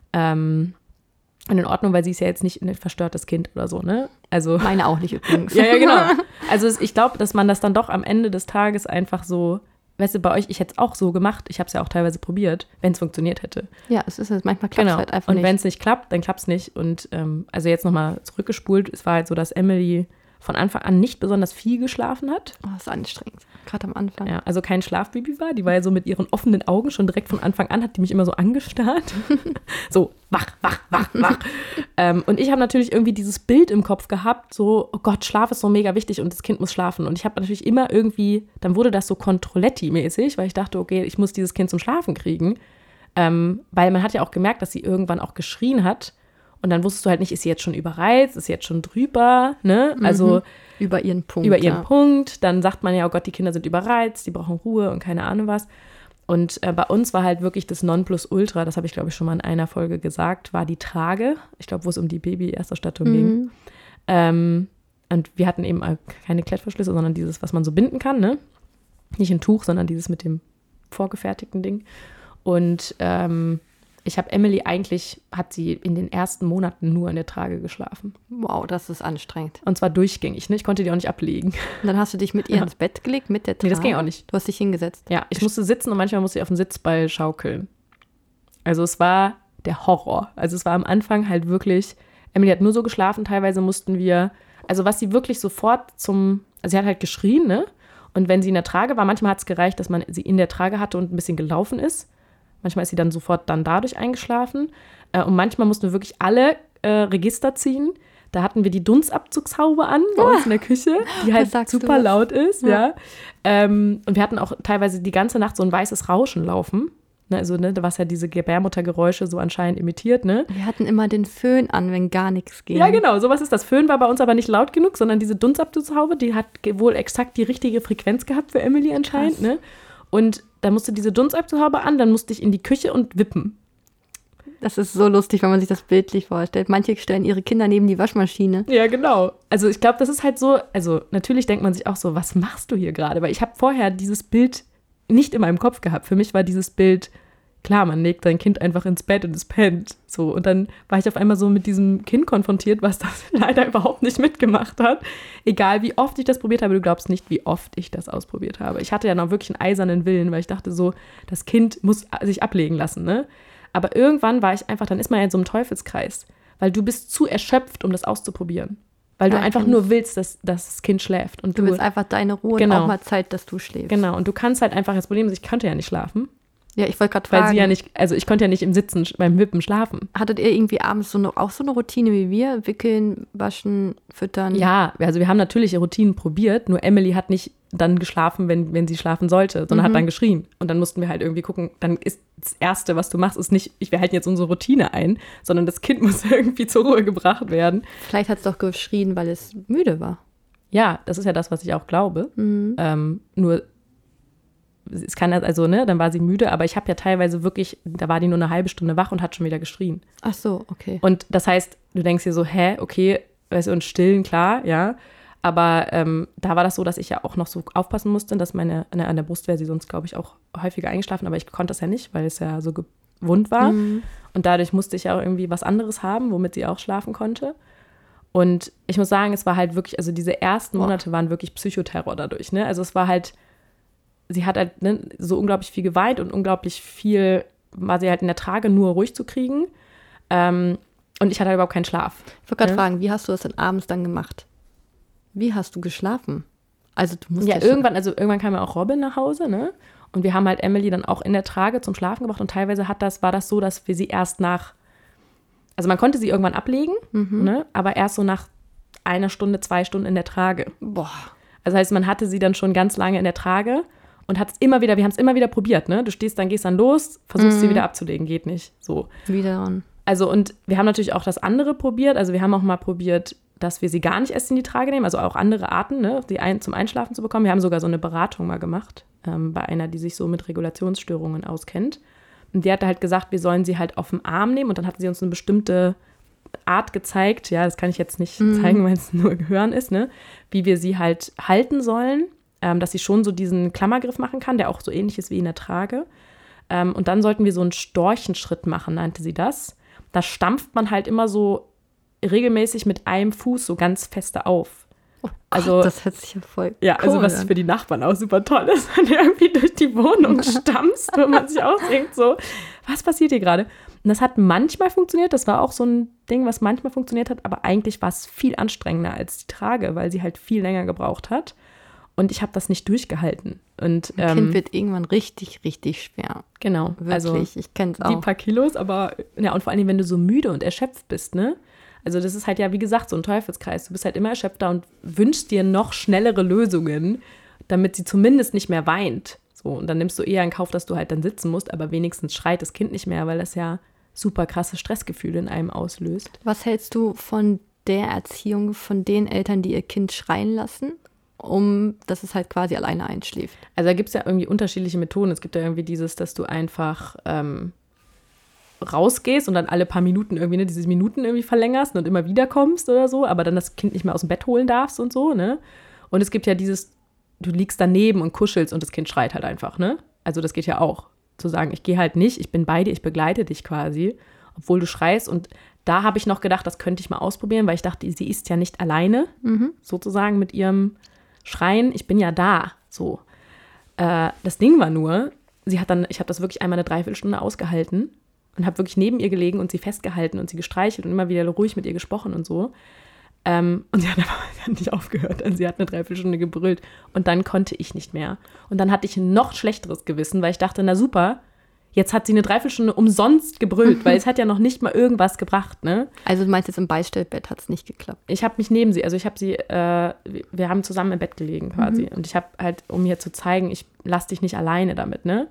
Und in Ordnung, weil sie ist ja jetzt nicht ein verstörtes Kind oder so, ne? Also, meine auch nicht übrigens. ja, genau. Also ich glaube, dass man das dann doch am Ende des Tages einfach so, weißt du, bei euch, ich hätte es auch so gemacht, ich habe es ja auch teilweise probiert, wenn es funktioniert hätte. Ja, es ist manchmal klappt es halt einfach nicht. Und nicht. wenn es nicht klappt, dann klappt es nicht. Und also jetzt nochmal zurückgespult, es war halt so, dass Emily von Anfang an nicht besonders viel geschlafen hat. Oh, das ist anstrengend, gerade am Anfang. Ja, also kein Schlafbaby war, die war ja so mit ihren offenen Augen schon direkt von Anfang an, hat die mich immer so angestarrt. So, wach, wach, wach, wach. Und ich habe natürlich irgendwie dieses Bild im Kopf gehabt, so, oh Gott, Schlaf ist so mega wichtig und das Kind muss schlafen. Und ich habe natürlich immer irgendwie, dann wurde das so Controletti-mäßig, weil ich dachte, okay, ich muss dieses Kind zum Schlafen kriegen. Weil man hat ja auch gemerkt, dass sie irgendwann auch geschrien hat. Und dann wusstest du halt nicht, ist sie jetzt schon überreizt, ist sie jetzt schon drüber, ne? Also über ihren Punkt. Über ihren Punkt. Dann sagt man ja, oh Gott, die Kinder sind überreizt, die brauchen Ruhe und keine Ahnung was. Und bei uns war halt wirklich das Nonplusultra, das habe ich, glaube ich, schon mal in einer Folge gesagt, war die Trage. Ich glaube, wo es um die Baby-Erstausstattung ging. Und wir hatten eben keine Klettverschlüsse, sondern dieses, was man so binden kann, ne? Nicht ein Tuch, sondern dieses mit dem vorgefertigten Ding. Und ich habe Emily hat sie in den ersten Monaten nur in der Trage geschlafen. Wow, das ist anstrengend. Und zwar durchgängig, ne? Ich konnte die auch nicht ablegen. Und dann hast du dich mit ihr ins Bett gelegt, mit der Trage? Nee, das ging auch nicht. Du hast dich hingesetzt? Ja, ich musste sitzen und manchmal musste ich auf den Sitzball schaukeln. Also es war der Horror. Also es war am Anfang halt wirklich, Emily hat nur so geschlafen, teilweise mussten wir, also was sie wirklich sofort also sie hat halt geschrien, ne? Und wenn sie in der Trage war, manchmal hat es gereicht, dass man sie in der Trage hatte und ein bisschen gelaufen ist. Manchmal ist sie dann sofort dann dadurch eingeschlafen. Und manchmal mussten wir wirklich alle Register ziehen. Da hatten wir die Dunstabzugshaube an bei uns in der Küche, die halt super laut ist. Ja. Und wir hatten auch teilweise die ganze Nacht so ein weißes Rauschen laufen. Ne, also, ne, was ja diese Gebärmuttergeräusche so anscheinend imitiert. Ne? Wir hatten immer den Föhn an, wenn gar nichts ging. Ja, genau, sowas ist das. Föhn war bei uns aber nicht laut genug, sondern diese Dunstabzugshaube, die hat wohl exakt die richtige Frequenz gehabt für Emily anscheinend. Ne? Und da musste diese Dunstabzugshaube an, dann musste ich in die Küche und wippen. Das ist so lustig, wenn man sich das bildlich vorstellt. Manche stellen ihre Kinder neben die Waschmaschine. Ja, genau. Also ich glaube, das ist halt so, also natürlich denkt man sich auch so, was machst du hier gerade? Weil ich habe vorher dieses Bild nicht in meinem Kopf gehabt. Für mich war dieses Bild, klar, man legt sein Kind einfach ins Bett und es pennt. So, und dann war ich auf einmal so mit diesem Kind konfrontiert, was das leider überhaupt nicht mitgemacht hat. Egal, wie oft ich das probiert habe, du glaubst nicht, wie oft ich das ausprobiert habe. Ich hatte ja noch wirklich einen eisernen Willen, weil ich dachte so, das Kind muss sich ablegen lassen, ne? Aber irgendwann war ich einfach, dann ist man ja in so einem Teufelskreis, weil du bist zu erschöpft, um das auszuprobieren. Weil du einfach nur willst, dass das Kind schläft. Und du willst einfach deine Ruhe und auch mal Zeit, dass du schläfst. Genau, und du kannst halt einfach, das Problem ist, ich konnte ja nicht schlafen. Ja, ich wollte gerade fragen. Weil sie ja nicht, also ich konnte ja nicht im Sitzen beim Wippen schlafen. Hattet ihr irgendwie abends auch so eine Routine wie wir? Wickeln, waschen, füttern? Ja, also wir haben natürlich Routinen probiert, nur Emily hat nicht dann geschlafen, wenn sie schlafen sollte, sondern hat dann geschrien. Und dann mussten wir halt irgendwie gucken, dann ist das Erste, was du machst, ist nicht, wir halten jetzt unsere Routine ein, sondern das Kind muss irgendwie zur Ruhe gebracht werden. Vielleicht hat es doch geschrien, weil es müde war. Ja, das ist ja das, was ich auch glaube. Nur es kann also, ne, dann war sie müde, aber ich habe ja teilweise wirklich, da war die nur eine halbe Stunde wach und hat schon wieder geschrien. Ach so, okay. Und das heißt, du denkst dir so, okay, weißt du, und stillen, klar, ja, aber da war das so, dass ich ja auch noch so aufpassen musste, dass an der Brust wäre sie sonst, glaube ich, auch häufiger eingeschlafen, aber ich konnte das ja nicht, weil es ja so wund war und dadurch musste ich ja auch irgendwie was anderes haben, womit sie auch schlafen konnte. Und ich muss sagen, es war halt wirklich, also diese ersten Monate waren wirklich Psychoterror dadurch, ne? Also es war halt, sie hat halt so unglaublich viel geweint und unglaublich viel war sie halt in der Trage, nur ruhig zu kriegen. Und ich hatte halt überhaupt keinen Schlaf. Ich wollte gerade fragen, wie hast du das denn abends dann gemacht? Wie hast du geschlafen? Also du musst irgendwann kam ja auch Robin nach Hause, ne? Und wir haben halt Emily dann auch in der Trage zum Schlafen gebracht und teilweise war das so, dass wir sie erst also man konnte sie irgendwann ablegen, ne? Aber erst so nach 1 Stunde, 2 Stunden in der Trage. Boah. Also heißt, man hatte sie dann schon ganz lange in der Trage und wir haben es immer wieder probiert, ne? Du gehst dann los, versuchst sie wieder abzulegen, geht nicht, so. Wieder an. Also und wir haben natürlich auch das andere probiert, also wir haben auch mal probiert, dass wir sie gar nicht erst in die Trage nehmen, also auch andere Arten, ne, die zum Einschlafen zu bekommen. Wir haben sogar so eine Beratung mal gemacht, bei einer, die sich so mit Regulationsstörungen auskennt. Und die hatte halt gesagt, wir sollen sie halt auf den Arm nehmen und dann hat sie uns eine bestimmte Art gezeigt, ja, das kann ich jetzt nicht zeigen, weil es nur Gehören ist, ne, wie wir sie halt halten sollen, dass sie schon so diesen Klammergriff machen kann, der auch so ähnlich ist wie in der Trage. Und dann sollten wir so einen Storchenschritt machen, nannte sie das. Da stampft man halt immer so regelmäßig mit einem Fuß so ganz feste auf. Oh Gott, das hört sich ja voll ja, cool also was an. für die Nachbarn auch super toll ist, wenn du irgendwie durch die Wohnung stammst, wo man sich auch denkt so, was passiert hier gerade? Und das hat manchmal funktioniert, das war auch so ein Ding, was manchmal funktioniert hat, aber eigentlich war es viel anstrengender als die Trage, weil sie halt viel länger gebraucht hat. Und ich habe das nicht durchgehalten. Und, Ein Kind wird irgendwann richtig, richtig schwer. Genau. Wirklich, also ich kenne es auch. Die paar Kilos, aber ja, und vor allem, wenn du so müde und erschöpft bist, ne? Also das ist halt ja, wie gesagt, so ein Teufelskreis. Du bist halt immer erschöpfter und wünschst dir noch schnellere Lösungen, damit sie zumindest nicht mehr weint. So, und dann nimmst du eher in Kauf, dass du halt dann sitzen musst, aber wenigstens schreit das Kind nicht mehr, weil das ja super krasse Stressgefühle in einem auslöst. Was hältst du von der Erziehung von den Eltern, die ihr Kind schreien lassen, dass es halt quasi alleine einschläft? Also da gibt es ja irgendwie unterschiedliche Methoden. Es gibt ja irgendwie dieses, dass du einfach rausgehst und dann alle paar Minuten irgendwie, ne, diese Minuten irgendwie verlängerst und immer wieder kommst oder so, aber dann das Kind nicht mehr aus dem Bett holen darfst und so, ne? Und es gibt ja dieses, du liegst daneben und kuschelst und das Kind schreit halt einfach, ne? Also das geht ja auch. Zu sagen, ich gehe halt nicht, ich bin bei dir, ich begleite dich quasi, obwohl du schreist. Und da habe ich noch gedacht, das könnte ich mal ausprobieren, weil ich dachte, sie ist ja nicht alleine, sozusagen mit ihrem Schreien. Ich bin ja da, so. Das Ding war nur, ich habe das wirklich einmal eine Dreiviertelstunde ausgehalten und habe wirklich neben ihr gelegen und sie festgehalten und sie gestreichelt und immer wieder ruhig mit ihr gesprochen und so. Und sie hat nicht aufgehört. Also sie hat eine Dreiviertelstunde gebrüllt. Und dann konnte ich nicht mehr. Und dann hatte ich ein noch schlechteres Gewissen, weil ich dachte, na super, jetzt hat sie eine Dreiviertelstunde umsonst gebrüllt, weil es hat ja noch nicht mal irgendwas gebracht, ne? Also du meinst jetzt im Beistellbett hat es nicht geklappt? Ich habe mich neben sie, also ich habe sie, wir haben zusammen im Bett gelegen quasi. Und ich habe halt, um ihr zu zeigen, ich lasse dich nicht alleine damit, ne?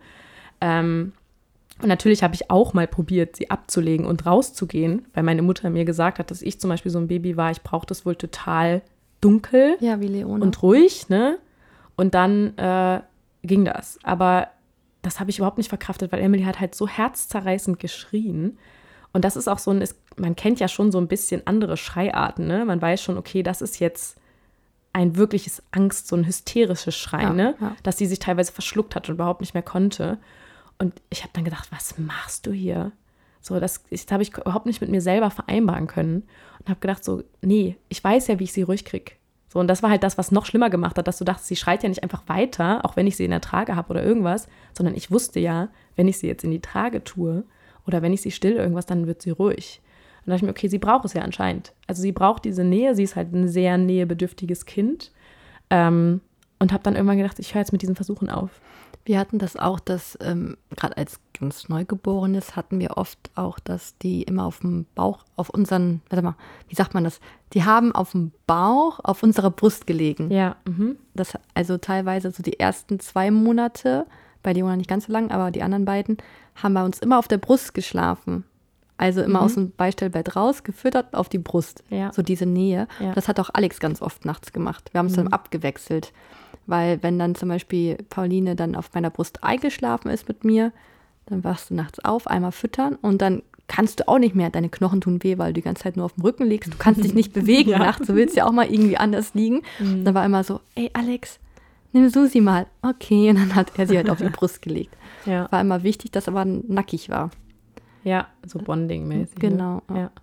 Und natürlich habe ich auch mal probiert, sie abzulegen und rauszugehen, weil meine Mutter mir gesagt hat, dass ich zum Beispiel so ein Baby war, ich brauche das wohl total dunkel ja, wie Leone. Und ruhig, ne? Und dann ging das. Aber das habe ich überhaupt nicht verkraftet, weil Emily hat halt so herzzerreißend geschrien. Und das ist auch man kennt ja schon so ein bisschen andere Schreiarten, ne? Man weiß schon, okay, das ist jetzt ein wirkliches Angst, so ein hysterisches Schreien, ne? Ja. Dass sie sich teilweise verschluckt hat und überhaupt nicht mehr konnte. Und ich habe dann gedacht, was machst du hier? So, das habe ich überhaupt nicht mit mir selber vereinbaren können. Und habe gedacht so, nee, ich weiß ja, wie ich sie ruhig kriege. So, und das war halt das, was noch schlimmer gemacht hat, dass du dachtest, sie schreit ja nicht einfach weiter, auch wenn ich sie in der Trage habe oder irgendwas, sondern ich wusste ja, wenn ich sie jetzt in die Trage tue oder wenn ich sie still irgendwas, dann wird sie ruhig. Und dann dachte ich mir, okay, sie braucht es ja anscheinend. Also sie braucht diese Nähe, sie ist halt ein sehr nähebedürftiges Kind. Und habe dann irgendwann gedacht, ich höre jetzt mit diesen Versuchen auf. Wir hatten das auch, dass gerade als ganz Neugeborenes hatten wir oft auch, dass die immer auf dem Bauch, auf unseren, warte mal, wie sagt man das? Die haben auf dem Bauch, auf unserer Brust gelegen. Ja. Das, also teilweise so die ersten 2 Monate, bei Leona nicht ganz so lang, aber die anderen beiden, haben bei uns immer auf der Brust geschlafen. Also immer aus dem Beistellbett raus, gefüttert auf die Brust. Ja. So diese Nähe. Ja. Das hat auch Alex ganz oft nachts gemacht. Wir haben es dann abgewechselt. Weil wenn dann zum Beispiel Pauline dann auf meiner Brust eingeschlafen ist mit mir, dann wachst du nachts auf, einmal füttern und dann kannst du auch nicht mehr, deine Knochen tun weh, weil du die ganze Zeit nur auf dem Rücken liegst. Du kannst dich nicht bewegen nachts, du willst ja auch mal irgendwie anders liegen. Dann war immer so, ey Alex, nimm Susi mal. Okay, und dann hat er sie halt auf die Brust gelegt. Ja. War immer wichtig, dass er aber nackig war. Ja, so Bonding-mäßig. Genau. Ne?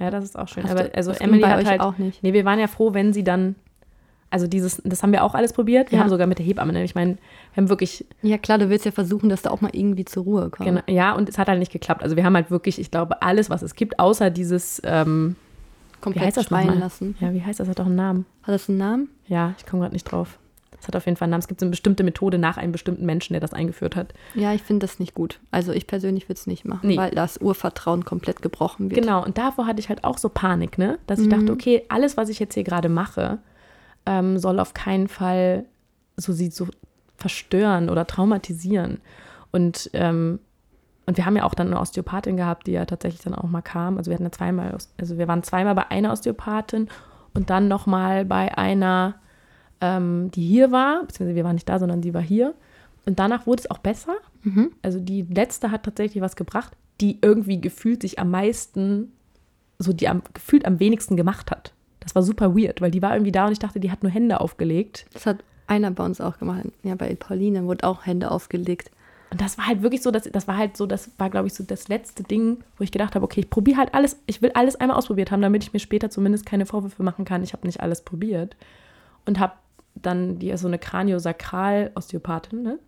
Ja, das ist auch schön. Hast Aber du- also das ging Emily bei hat euch halt, auch nicht? nee, wir waren ja froh, wenn sie dann, also das haben wir auch alles probiert. Wir Ja. haben sogar mit der Hebamme, ne? Ich meine, wir haben wirklich, Ja klar, du willst ja versuchen, dass du auch mal irgendwie zur Ruhe kommst. genau, ja, und es hat halt nicht geklappt. Also wir haben halt wirklich, ich glaube, alles, was es gibt, außer dieses, wie Komplett heißt das schreien nochmal? lassen. Ja, wie heißt das? Hat doch einen Namen. Hat das einen Namen? Ja, ich komme gerade nicht drauf. Es hat auf jeden Fall einen Namen. Es gibt so eine bestimmte Methode nach einem bestimmten Menschen, der das eingeführt hat. Ja, ich finde das nicht gut. Also ich persönlich würde es nicht machen, Nee. weil das Urvertrauen komplett gebrochen wird. Genau, und davor hatte ich halt auch so Panik, ne? Dass ich dachte, okay, alles, was ich jetzt hier gerade mache, soll auf keinen Fall sie so verstören oder traumatisieren. Und wir haben ja auch dann eine Osteopathin gehabt, die ja tatsächlich dann auch mal kam. Also wir waren zweimal bei einer Osteopathin und dann nochmal bei einer, die hier war, beziehungsweise wir waren nicht da, sondern die war hier. Und danach wurde es auch besser. Also die letzte hat tatsächlich was gebracht, die irgendwie gefühlt sich am meisten, gefühlt am wenigsten gemacht hat. Das war super weird, weil die war irgendwie da und ich dachte, die hat nur Hände aufgelegt. Das hat einer bei uns auch gemacht. Ja, bei Pauline wurde auch Hände aufgelegt. Und das war halt wirklich so, das war, glaube ich, so das letzte Ding, wo ich gedacht habe, okay, ich probiere halt alles, ich will alles einmal ausprobiert haben, damit ich mir später zumindest keine Vorwürfe machen kann, ich habe nicht alles probiert. Und habe dann so eine Kraniosakral-Osteopathin, ne?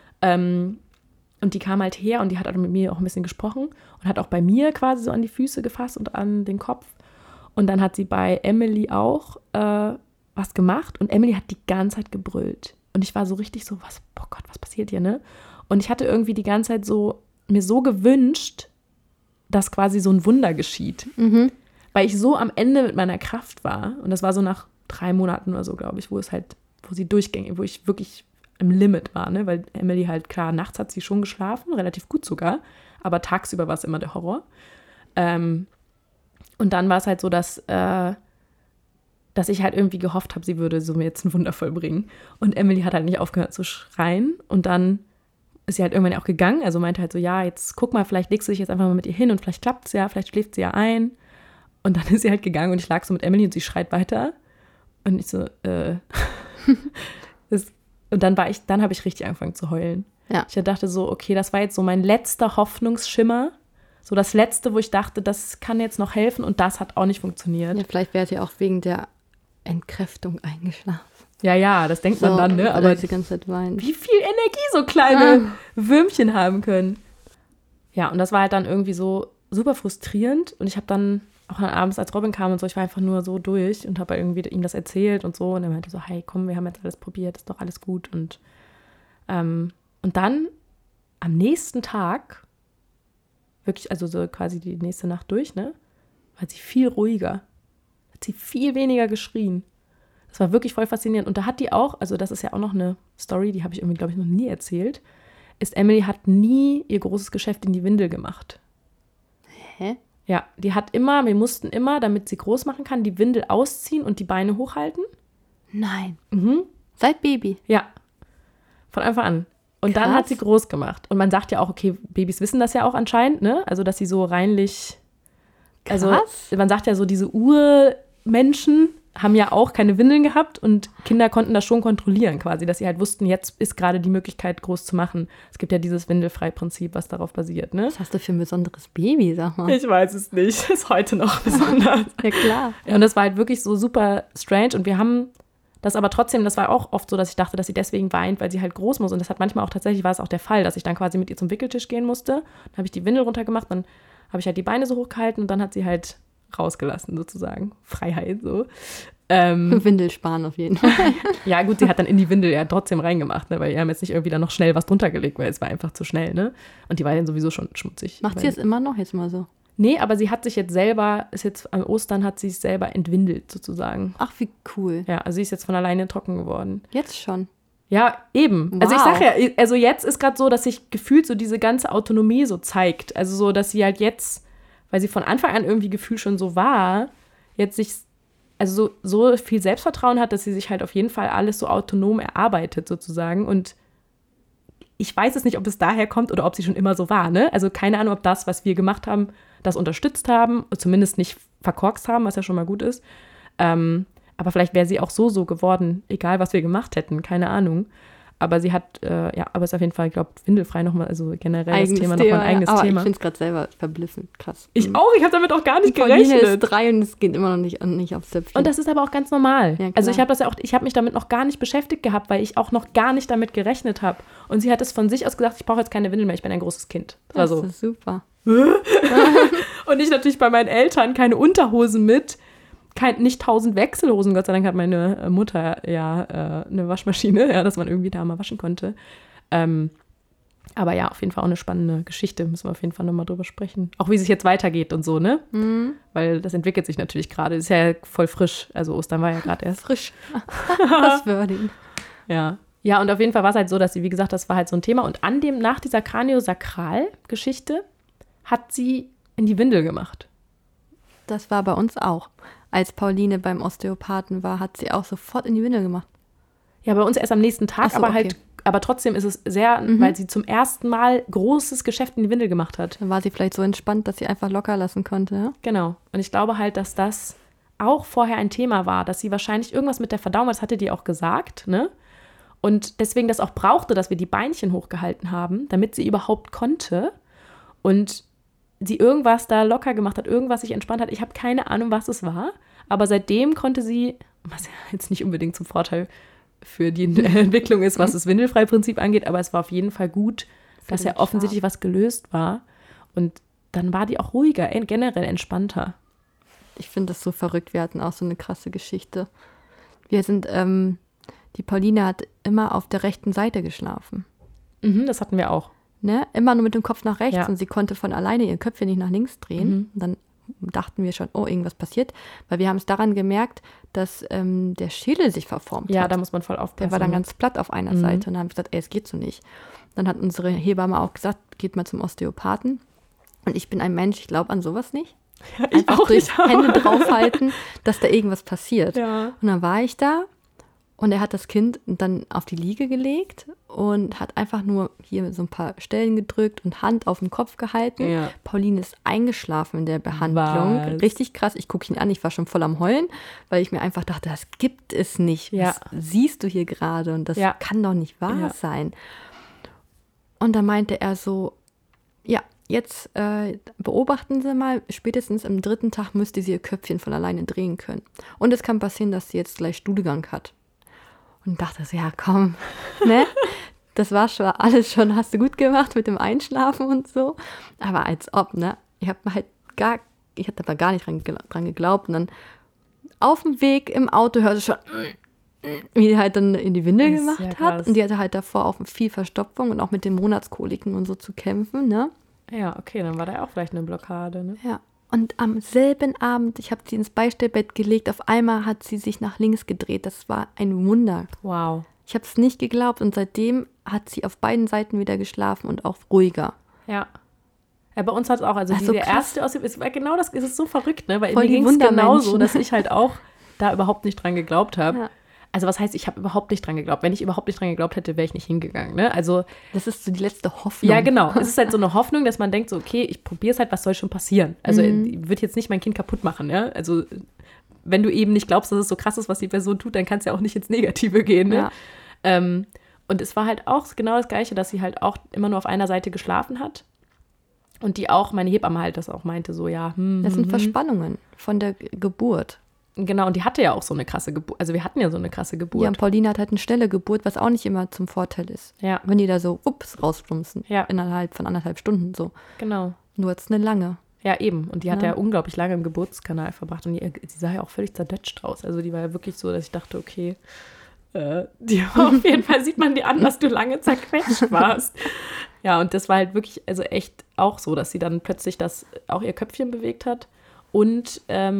Und die kam halt her und die hat halt mit mir auch ein bisschen gesprochen und hat auch bei mir quasi so an die Füße gefasst und an den Kopf. Und dann hat sie bei Emily auch was gemacht und Emily hat die ganze Zeit gebrüllt. Und ich war so richtig so, oh Gott, was passiert hier, ne? Und ich hatte irgendwie die ganze Zeit mir so gewünscht, dass quasi so ein Wunder geschieht. Weil ich so am Ende mit meiner Kraft war. Und das war so nach 3 Monaten oder so, glaube ich, wo sie durchging, wo ich wirklich im Limit war, ne? Weil Emily halt, klar, nachts hat sie schon geschlafen, relativ gut sogar, aber tagsüber war es immer der Horror. Und dann war es halt so, dass ich halt irgendwie gehofft habe, sie würde so mir jetzt ein Wunder vollbringen. Und Emily hat halt nicht aufgehört zu schreien. Und dann ist sie halt irgendwann auch gegangen, also meinte halt so, ja, jetzt guck mal, vielleicht legst du dich jetzt einfach mal mit ihr hin und vielleicht klappt es ja, vielleicht schläft sie ja ein. Und dann ist sie halt gegangen und ich lag so mit Emily und sie schreit weiter. Und ich so, und dann habe ich richtig angefangen zu heulen. Ja. Ich dachte so, okay, das war jetzt so mein letzter Hoffnungsschimmer. So das Letzte, wo ich dachte, das kann jetzt noch helfen und das hat auch nicht funktioniert. Ja, vielleicht wäre sie auch wegen der Entkräftung eingeschlafen. Ja, das denkt man dann, ne? Aber Aber die ganze Zeit weint. wie viel Energie so kleine Würmchen haben können. Ja, und das war halt dann irgendwie so super frustrierend. Und ich habe dann auch dann abends, als Robin kam und so, ich war einfach nur so durch und habe irgendwie ihm das erzählt und so. Und er meinte so, hey, komm, wir haben jetzt alles probiert, ist doch alles gut. Und dann am nächsten Tag, wirklich, also so quasi die nächste Nacht durch, ne, war sie viel ruhiger. Hat sie viel weniger geschrien. Das war wirklich voll faszinierend. Und da hat die auch, also das ist ja auch noch eine Story, die habe ich irgendwie, glaube ich, noch nie erzählt, Emily hat nie ihr großes Geschäft in die Windel gemacht. Hä? Ja, wir mussten immer, damit sie groß machen kann, die Windel ausziehen und die Beine hochhalten. Nein. Seit Baby. Ja, von Anfang an. Und dann Krass. hat sie groß gemacht. Und man sagt ja auch, okay, Babys wissen das ja auch anscheinend, ne? Also, dass sie so reinlich, also Krass. man sagt ja so, diese Urmenschen haben ja auch keine Windeln gehabt und Kinder konnten das schon kontrollieren quasi, dass sie halt wussten, jetzt ist gerade die Möglichkeit, groß zu machen. Es gibt ja dieses Windelfrei-Prinzip, was darauf basiert, ne? Was hast du für ein besonderes Baby, sag mal? Ich weiß es nicht. Ist heute noch besonders. Ja, klar. Ja, und das war halt wirklich so super strange und wir haben das aber trotzdem, das war auch oft so, dass ich dachte, dass sie deswegen weint, weil sie halt groß muss und das hat manchmal auch tatsächlich, war es auch der Fall, dass ich dann quasi mit ihr zum Wickeltisch gehen musste. Dann habe ich die Windel runtergemacht, dann habe ich halt die Beine so hochgehalten und dann hat sie halt rausgelassen sozusagen. Freiheit so. Windel sparen auf jeden Fall. Ja gut, sie hat dann in die Windel ja trotzdem reingemacht, ne, weil wir haben jetzt nicht irgendwie dann noch schnell was drunter gelegt, weil es war einfach zu schnell, ne? Und die war dann sowieso schon schmutzig. Macht sie es immer noch jetzt mal so? Nee, aber sie hat sich jetzt selber, am Ostern hat sie es selber entwindelt sozusagen. Ach, wie cool. Ja, also sie ist jetzt von alleine trocken geworden. Jetzt schon. Ja, eben. Wow. Also ich sag ja, also jetzt ist gerade so, dass sich gefühlt so diese ganze Autonomie so zeigt. Also so, dass sie halt jetzt, weil sie von Anfang an irgendwie gefühlt schon so war, jetzt sich, also so viel Selbstvertrauen hat, dass sie sich halt auf jeden Fall alles so autonom erarbeitet sozusagen. Und ich weiß es nicht, ob es daher kommt oder ob sie schon immer so war, ne? Also keine Ahnung, ob das, was wir gemacht haben, das unterstützt haben, zumindest nicht verkorkst haben, was ja schon mal gut ist. Aber vielleicht wäre sie auch so geworden, egal was wir gemacht hätten, keine Ahnung. Aber sie hat, aber ist auf jeden Fall, ich glaube, windelfrei nochmal, also generell Eigenes das Thema Thema, nochmal ein eigenes aber Thema. ich finde es gerade selber verblüffend krass. Ich auch, ich habe damit auch gar nicht Pauline ist gerechnet. 3 und es geht immer noch nicht aufs Zöpfchen. Und das ist aber auch ganz normal. Ja, also ich habe mich damit noch gar nicht beschäftigt gehabt, weil ich auch noch gar nicht damit gerechnet habe. Und sie hat es von sich aus gesagt, ich brauche jetzt keine Windel mehr, ich bin ein großes Kind. Das war so. ist super. Und ich natürlich bei meinen Eltern keine Unterhosen mit, nicht 1000 Wechselhosen. Gott sei Dank hat meine Mutter eine Waschmaschine, dass man irgendwie da mal waschen konnte. Aber ja, auf jeden Fall auch eine spannende Geschichte. Müssen wir auf jeden Fall nochmal drüber sprechen. Auch wie es jetzt weitergeht und so, ne? Mhm. Weil das entwickelt sich natürlich gerade. Ist ja voll frisch. Also Ostern war ja gerade erst. Frisch. Das Wording. Ja. Ja, und auf jeden Fall war es halt so, dass sie, wie gesagt, das war halt so ein Thema. Und nach dieser Kraniosakral-Geschichte hat sie in die Windel gemacht. Das war bei uns auch. Als Pauline beim Osteopathen war, hat sie auch sofort in die Windel gemacht. Ja, bei uns erst am nächsten Tag, Ach so, okay. aber trotzdem ist es sehr, weil sie zum ersten Mal großes Geschäft in die Windel gemacht hat. Dann war sie vielleicht so entspannt, dass sie einfach locker lassen konnte. Ja? Genau. Und ich glaube halt, dass das auch vorher ein Thema war, dass sie wahrscheinlich irgendwas mit der Verdauung, das hatte die auch gesagt, ne? Und deswegen das auch brauchte, dass wir die Beinchen hochgehalten haben, damit sie überhaupt konnte. Und sie irgendwas da locker gemacht hat, irgendwas sich entspannt hat. Ich habe keine Ahnung, was es war. Aber seitdem konnte sie, was ja jetzt nicht unbedingt zum Vorteil für die Entwicklung ist, was das Windelfrei-Prinzip angeht, aber es war auf jeden Fall gut, dass ja offensichtlich was gelöst war. Und dann war die auch ruhiger, generell entspannter. Ich finde das so verrückt. Wir hatten auch so eine krasse Geschichte. Wir sind, die Pauline hat immer auf der rechten Seite geschlafen. Das hatten wir auch. Ne? Immer nur mit dem Kopf nach rechts Ja. und sie konnte von alleine ihr Köpfchen nicht nach links drehen. Und dann dachten wir schon, oh, irgendwas passiert. Weil wir haben es daran gemerkt, dass der Schädel sich verformt hat. Ja, da muss man voll aufpassen. Der war dann ganz platt auf einer Seite. Und dann haben wir gesagt, ey, es geht so nicht. Dann hat unsere Hebamme auch gesagt, geht mal zum Osteopathen. Und ich bin ein Mensch, ich glaube an sowas nicht. Ja, ich Einfach auch durch nicht. Hände draufhalten, dass da irgendwas passiert. Ja. Und dann war ich da und er hat das Kind dann auf die Liege gelegt und hat einfach nur hier so ein paar Stellen gedrückt und Hand auf den Kopf gehalten. Ja. Pauline ist eingeschlafen in der Behandlung. Was? Richtig krass. Ich gucke ihn an, ich war schon voll am Heulen, weil ich mir einfach dachte, das gibt es nicht. Ja. Was siehst du hier gerade? Und das Ja. kann doch nicht wahr Ja. sein. Und dann meinte er so, ja, jetzt beobachten Sie mal, spätestens am 3. Tag müsste sie ihr Köpfchen von alleine drehen können. Und es kann passieren, dass sie jetzt gleich Stuhlgang hat. Und dachte so, ja komm, ne? Das war schon alles schon, hast du gut gemacht mit dem Einschlafen und so. Aber als ob, ne? Ich habe aber gar nicht dran geglaubt. Und dann auf dem Weg im Auto hörte ich schon, wie die halt dann in die Windel Das ist gemacht ja hat. krass. Und die hatte halt davor auch viel Verstopfung und auch mit den Monatskoliken und so zu kämpfen, ne? Ja, okay, dann war da auch vielleicht eine Blockade, ne? Ja. Und am selben Abend, ich habe sie ins Beistellbett gelegt, auf einmal hat sie sich nach links gedreht. Das war ein Wunder. Wow. Ich habe es nicht geglaubt und seitdem hat sie auf beiden Seiten wieder geschlafen und auch ruhiger. Ja. Ja, bei uns hat es auch, also Ach, so diese krass. erste es war genau das, es ist so verrückt, ne? Weil Voll mir die ging es genauso, Wundermenschen. dass ich halt auch da überhaupt nicht dran geglaubt habe. Ja. Also was heißt, ich habe überhaupt nicht dran geglaubt. Wenn ich überhaupt nicht dran geglaubt hätte, wäre ich nicht hingegangen, ne? Also Das ist so die letzte Hoffnung. ja, genau. Es ist halt so eine Hoffnung, dass man denkt so, okay, ich probiere es halt, was soll schon passieren? Also ich würde jetzt nicht mein Kind kaputt machen, ja? Also wenn du eben nicht glaubst, dass es so krass ist, was die Person tut, dann kann es ja auch nicht ins Negative gehen, ne? Ja. Und es war halt auch genau das Gleiche, dass sie halt auch immer nur auf einer Seite geschlafen hat. Und die auch, meine Hebamme halt das auch meinte, so ja, Das sind Verspannungen von der Geburt. Genau, und die hatte ja auch so eine krasse Geburt. Also wir hatten ja so eine krasse Geburt. Ja, und Pauline hat halt eine schnelle Geburt, was auch nicht immer zum Vorteil ist. Ja. Wenn die da so, rausplumpsen. Ja. Innerhalb von 1,5 Stunden so. Genau. Nur jetzt eine lange. Ja, eben. Und die hat Ja. ja unglaublich lange im Geburtskanal verbracht. Und die sah ja auch völlig zerdutscht aus. Also die war ja wirklich so, dass ich dachte, okay, auf jeden Fall sieht man dir an, dass du lange zerquetscht warst. Ja, und das war halt wirklich, also echt auch so, dass sie dann plötzlich auch ihr Köpfchen bewegt hat. Und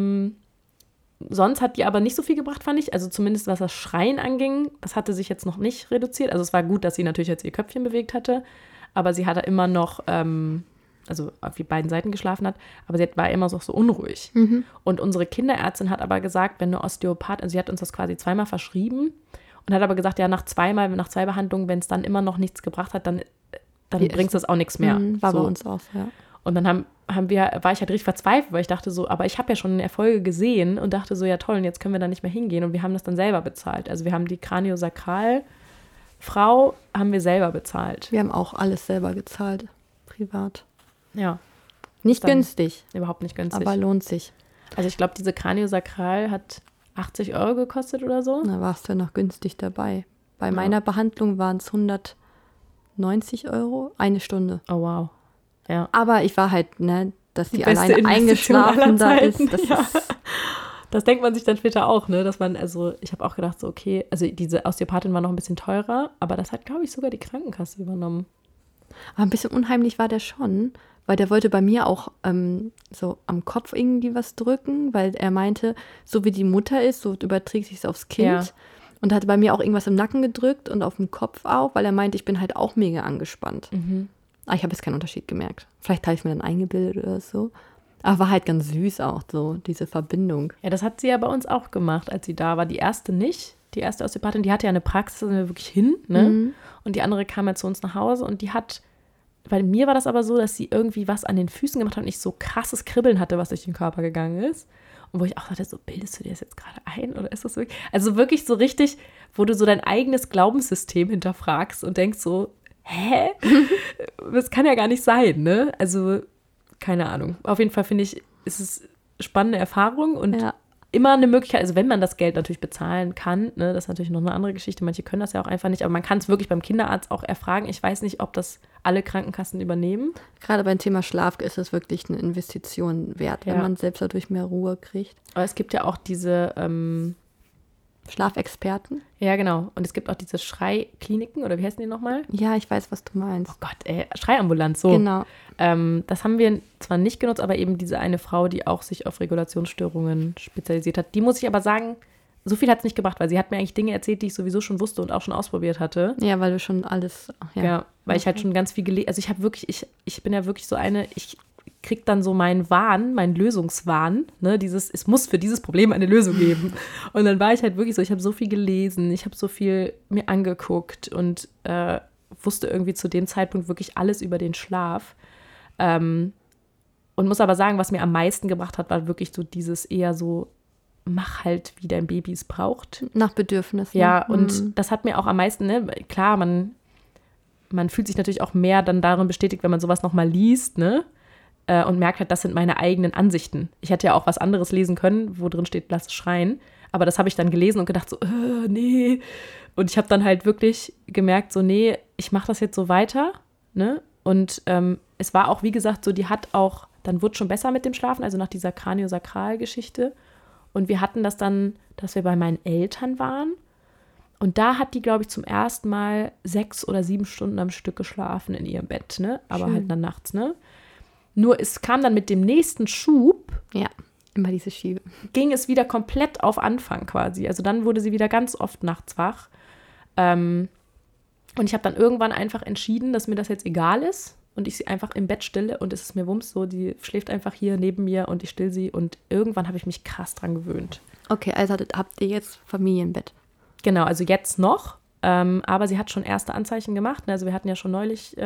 sonst hat die aber nicht so viel gebracht, fand ich. Also zumindest was das Schreien anging, das hatte sich jetzt noch nicht reduziert. Also es war gut, dass sie natürlich jetzt ihr Köpfchen bewegt hatte. Aber sie hatte immer noch, also auf die beiden Seiten geschlafen hat, aber sie war immer so unruhig. Und unsere Kinderärztin hat aber gesagt, wenn eine Osteopath, also sie hat uns das quasi zweimal verschrieben und hat aber gesagt, ja, nach zwei Behandlungen, wenn es dann immer noch nichts gebracht hat, dann bringt es das auch nichts mehr. War so. bei uns auch so, ja. Und dann war ich halt richtig verzweifelt, weil ich dachte so, aber ich habe ja schon Erfolge gesehen und dachte so, ja toll, und jetzt können wir da nicht mehr hingehen. Und wir haben das dann selber bezahlt. Also wir haben die Kraniosakral Frau haben wir selber bezahlt. Wir haben auch alles selber gezahlt, privat. Ja. Nicht Dann günstig, Überhaupt nicht günstig. aber lohnt sich. Also ich glaube, diese Kraniosakral hat 80 € gekostet oder so. Da warst du ja noch günstig dabei. Bei meiner Behandlung waren es 190 € eine Stunde. Oh, wow. Ja. Aber ich war halt, dass die beste alleine Investition eingeschlafen aller da ist. Zeiten, Das ja. ist Das denkt man sich dann später auch, ne? Dass man, also ich habe auch gedacht, so okay, also diese Osteopathin war noch ein bisschen teurer, aber das hat, glaube ich, sogar die Krankenkasse übernommen. aber ein bisschen unheimlich war der schon, weil der wollte bei mir auch so am Kopf irgendwie was drücken, weil er meinte, so wie die Mutter ist, so überträgt sich es aufs Kind. Ja. Und hatte bei mir auch irgendwas im Nacken gedrückt und auf dem Kopf auch, weil er meinte, ich bin halt auch mega angespannt. Aber ich habe jetzt keinen Unterschied gemerkt. Vielleicht habe ich mir dann eingebildet oder so. Aber war halt ganz süß auch so, diese Verbindung. Ja, das hat sie ja bei uns auch gemacht, als sie da war. Die erste nicht. Die erste Osteopathin, die hatte ja eine Praxis, da sind wir wirklich hin, ne? Und die andere kam ja zu uns nach Hause und die hat, bei mir war das aber so, dass sie irgendwie was an den Füßen gemacht hat und ich so krasses Kribbeln hatte, was durch den Körper gegangen ist. Und wo ich auch dachte, so, bildest du dir das jetzt gerade ein oder ist das wirklich? Also wirklich so richtig, wo du so dein eigenes Glaubenssystem hinterfragst und denkst so, hä? Das kann ja gar nicht sein, ne? Also, keine Ahnung. Auf jeden Fall finde ich, ist es spannende Erfahrung und Ja. immer eine Möglichkeit, also wenn man das Geld natürlich bezahlen kann, ne, das ist natürlich noch eine andere Geschichte, manche können das ja auch einfach nicht, aber man kann es wirklich beim Kinderarzt auch erfragen. Ich weiß nicht, ob das alle Krankenkassen übernehmen. Gerade beim Thema Schlaf ist es wirklich eine Investition wert, wenn Ja. man selbst dadurch mehr Ruhe kriegt. Aber es gibt ja auch diese, Schlafexperten? ja genau, und es gibt auch diese Schreikliniken, oder wie heißen die nochmal? Ja, ich weiß, was du meinst. Oh Gott, Schreiambulanz, so. Genau. Das haben wir zwar nicht genutzt, aber eben diese eine Frau, die auch sich auf Regulationsstörungen spezialisiert hat. Die muss ich aber sagen, so viel hat es nicht gebracht, weil sie hat mir eigentlich Dinge erzählt, die ich sowieso schon wusste und auch schon ausprobiert hatte. Ja, weil du schon alles. Ja, weil ich halt schon ganz viel gelesen, also ich habe wirklich, ich bin ja wirklich so eine, ich krieg dann so meinen Wahn, meinen Lösungswahn, ne, es muss für dieses Problem eine Lösung geben. Und dann war ich halt wirklich so, ich habe so viel gelesen, ich habe so viel mir angeguckt und wusste irgendwie zu dem Zeitpunkt wirklich alles über den Schlaf. Und muss aber sagen, was mir am meisten gebracht hat, war wirklich so dieses eher so, mach halt, wie dein Baby es braucht. Nach Bedürfnissen. Ja, und das hat mir auch am meisten, ne, klar, man fühlt sich natürlich auch mehr dann darin bestätigt, wenn man sowas nochmal liest, ne, und merkt halt, das sind meine eigenen Ansichten. Ich hätte ja auch was anderes lesen können, wo drin steht, lass es schreien, aber das habe ich dann gelesen und gedacht so, nee. Und ich habe dann halt wirklich gemerkt, so, nee, ich mache das jetzt so weiter, ne, und es war auch, wie gesagt, so, die hat auch, dann wurde schon besser mit dem Schlafen, also nach dieser Kraniosakral-Geschichte. Und wir hatten das dann, dass wir bei meinen Eltern waren. Und da hat die, glaube ich, zum ersten Mal 6 oder 7 Stunden am Stück geschlafen in ihrem Bett, ne? Aber Schön. halt dann nachts, ne? Nur es kam dann mit dem nächsten Schub, Ja, immer diese Schiebe. ging es wieder komplett auf Anfang quasi. Also dann wurde sie wieder ganz oft nachts wach. Und ich habe dann irgendwann einfach entschieden, dass mir das jetzt egal ist. Und ich sie einfach im Bett stille und es ist mir wumms so, die schläft einfach hier neben mir und ich still sie und irgendwann habe ich mich krass dran gewöhnt. Okay, also habt ihr jetzt Familienbett? Genau, also jetzt noch, aber sie hat schon erste Anzeichen gemacht. Also wir hatten ja schon neulich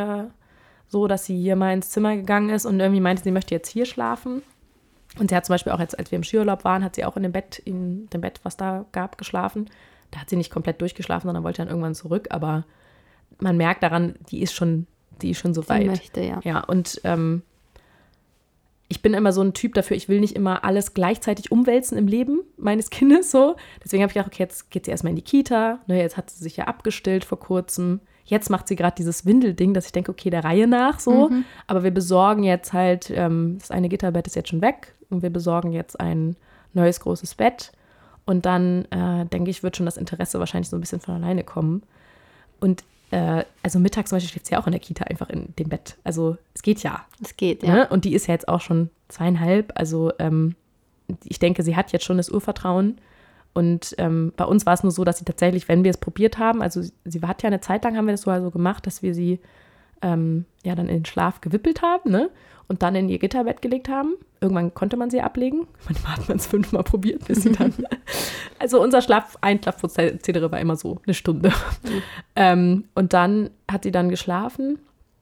so, dass sie hier mal ins Zimmer gegangen ist und irgendwie meinte, sie möchte jetzt hier schlafen. Und sie hat zum Beispiel auch jetzt, als wir im Skiurlaub waren, hat sie auch in dem Bett, was da gab, geschlafen. Da hat sie nicht komplett durchgeschlafen, sondern wollte dann irgendwann zurück, aber man merkt daran, die ist schon so weit. Sie möchte, ja. Ja, und ich bin immer so ein Typ dafür, ich will nicht immer alles gleichzeitig umwälzen im Leben meines Kindes so. Deswegen habe ich gedacht, okay, jetzt geht sie erstmal in die Kita. Ne, jetzt hat sie sich ja abgestillt vor kurzem. Jetzt macht sie gerade dieses Windelding, dass ich denke, okay, der Reihe nach so. Aber wir besorgen jetzt halt, das eine Gitterbett ist jetzt schon weg und wir besorgen jetzt ein neues großes Bett. Und dann, denke ich, wird schon das Interesse wahrscheinlich so ein bisschen von alleine kommen. Und also mittags zum Beispiel schläft sie ja auch in der Kita einfach in dem Bett. Also es geht ja. Es geht, ja. Ne? Und die ist ja jetzt auch schon 2,5. Also ich denke, sie hat jetzt schon das Urvertrauen. Und bei uns war es nur so, dass sie tatsächlich, wenn wir es probiert haben, also sie hat ja eine Zeit lang, haben wir das so also gemacht, dass wir sie dann in den Schlaf gewippelt haben, ne? Und dann in ihr Gitterbett gelegt haben. Irgendwann konnte man sie ablegen. Manchmal hat man es 5-mal probiert, bis sie dann. Also unser Einschlafprozedere war immer so 1 Stunde. Und dann hat sie dann geschlafen.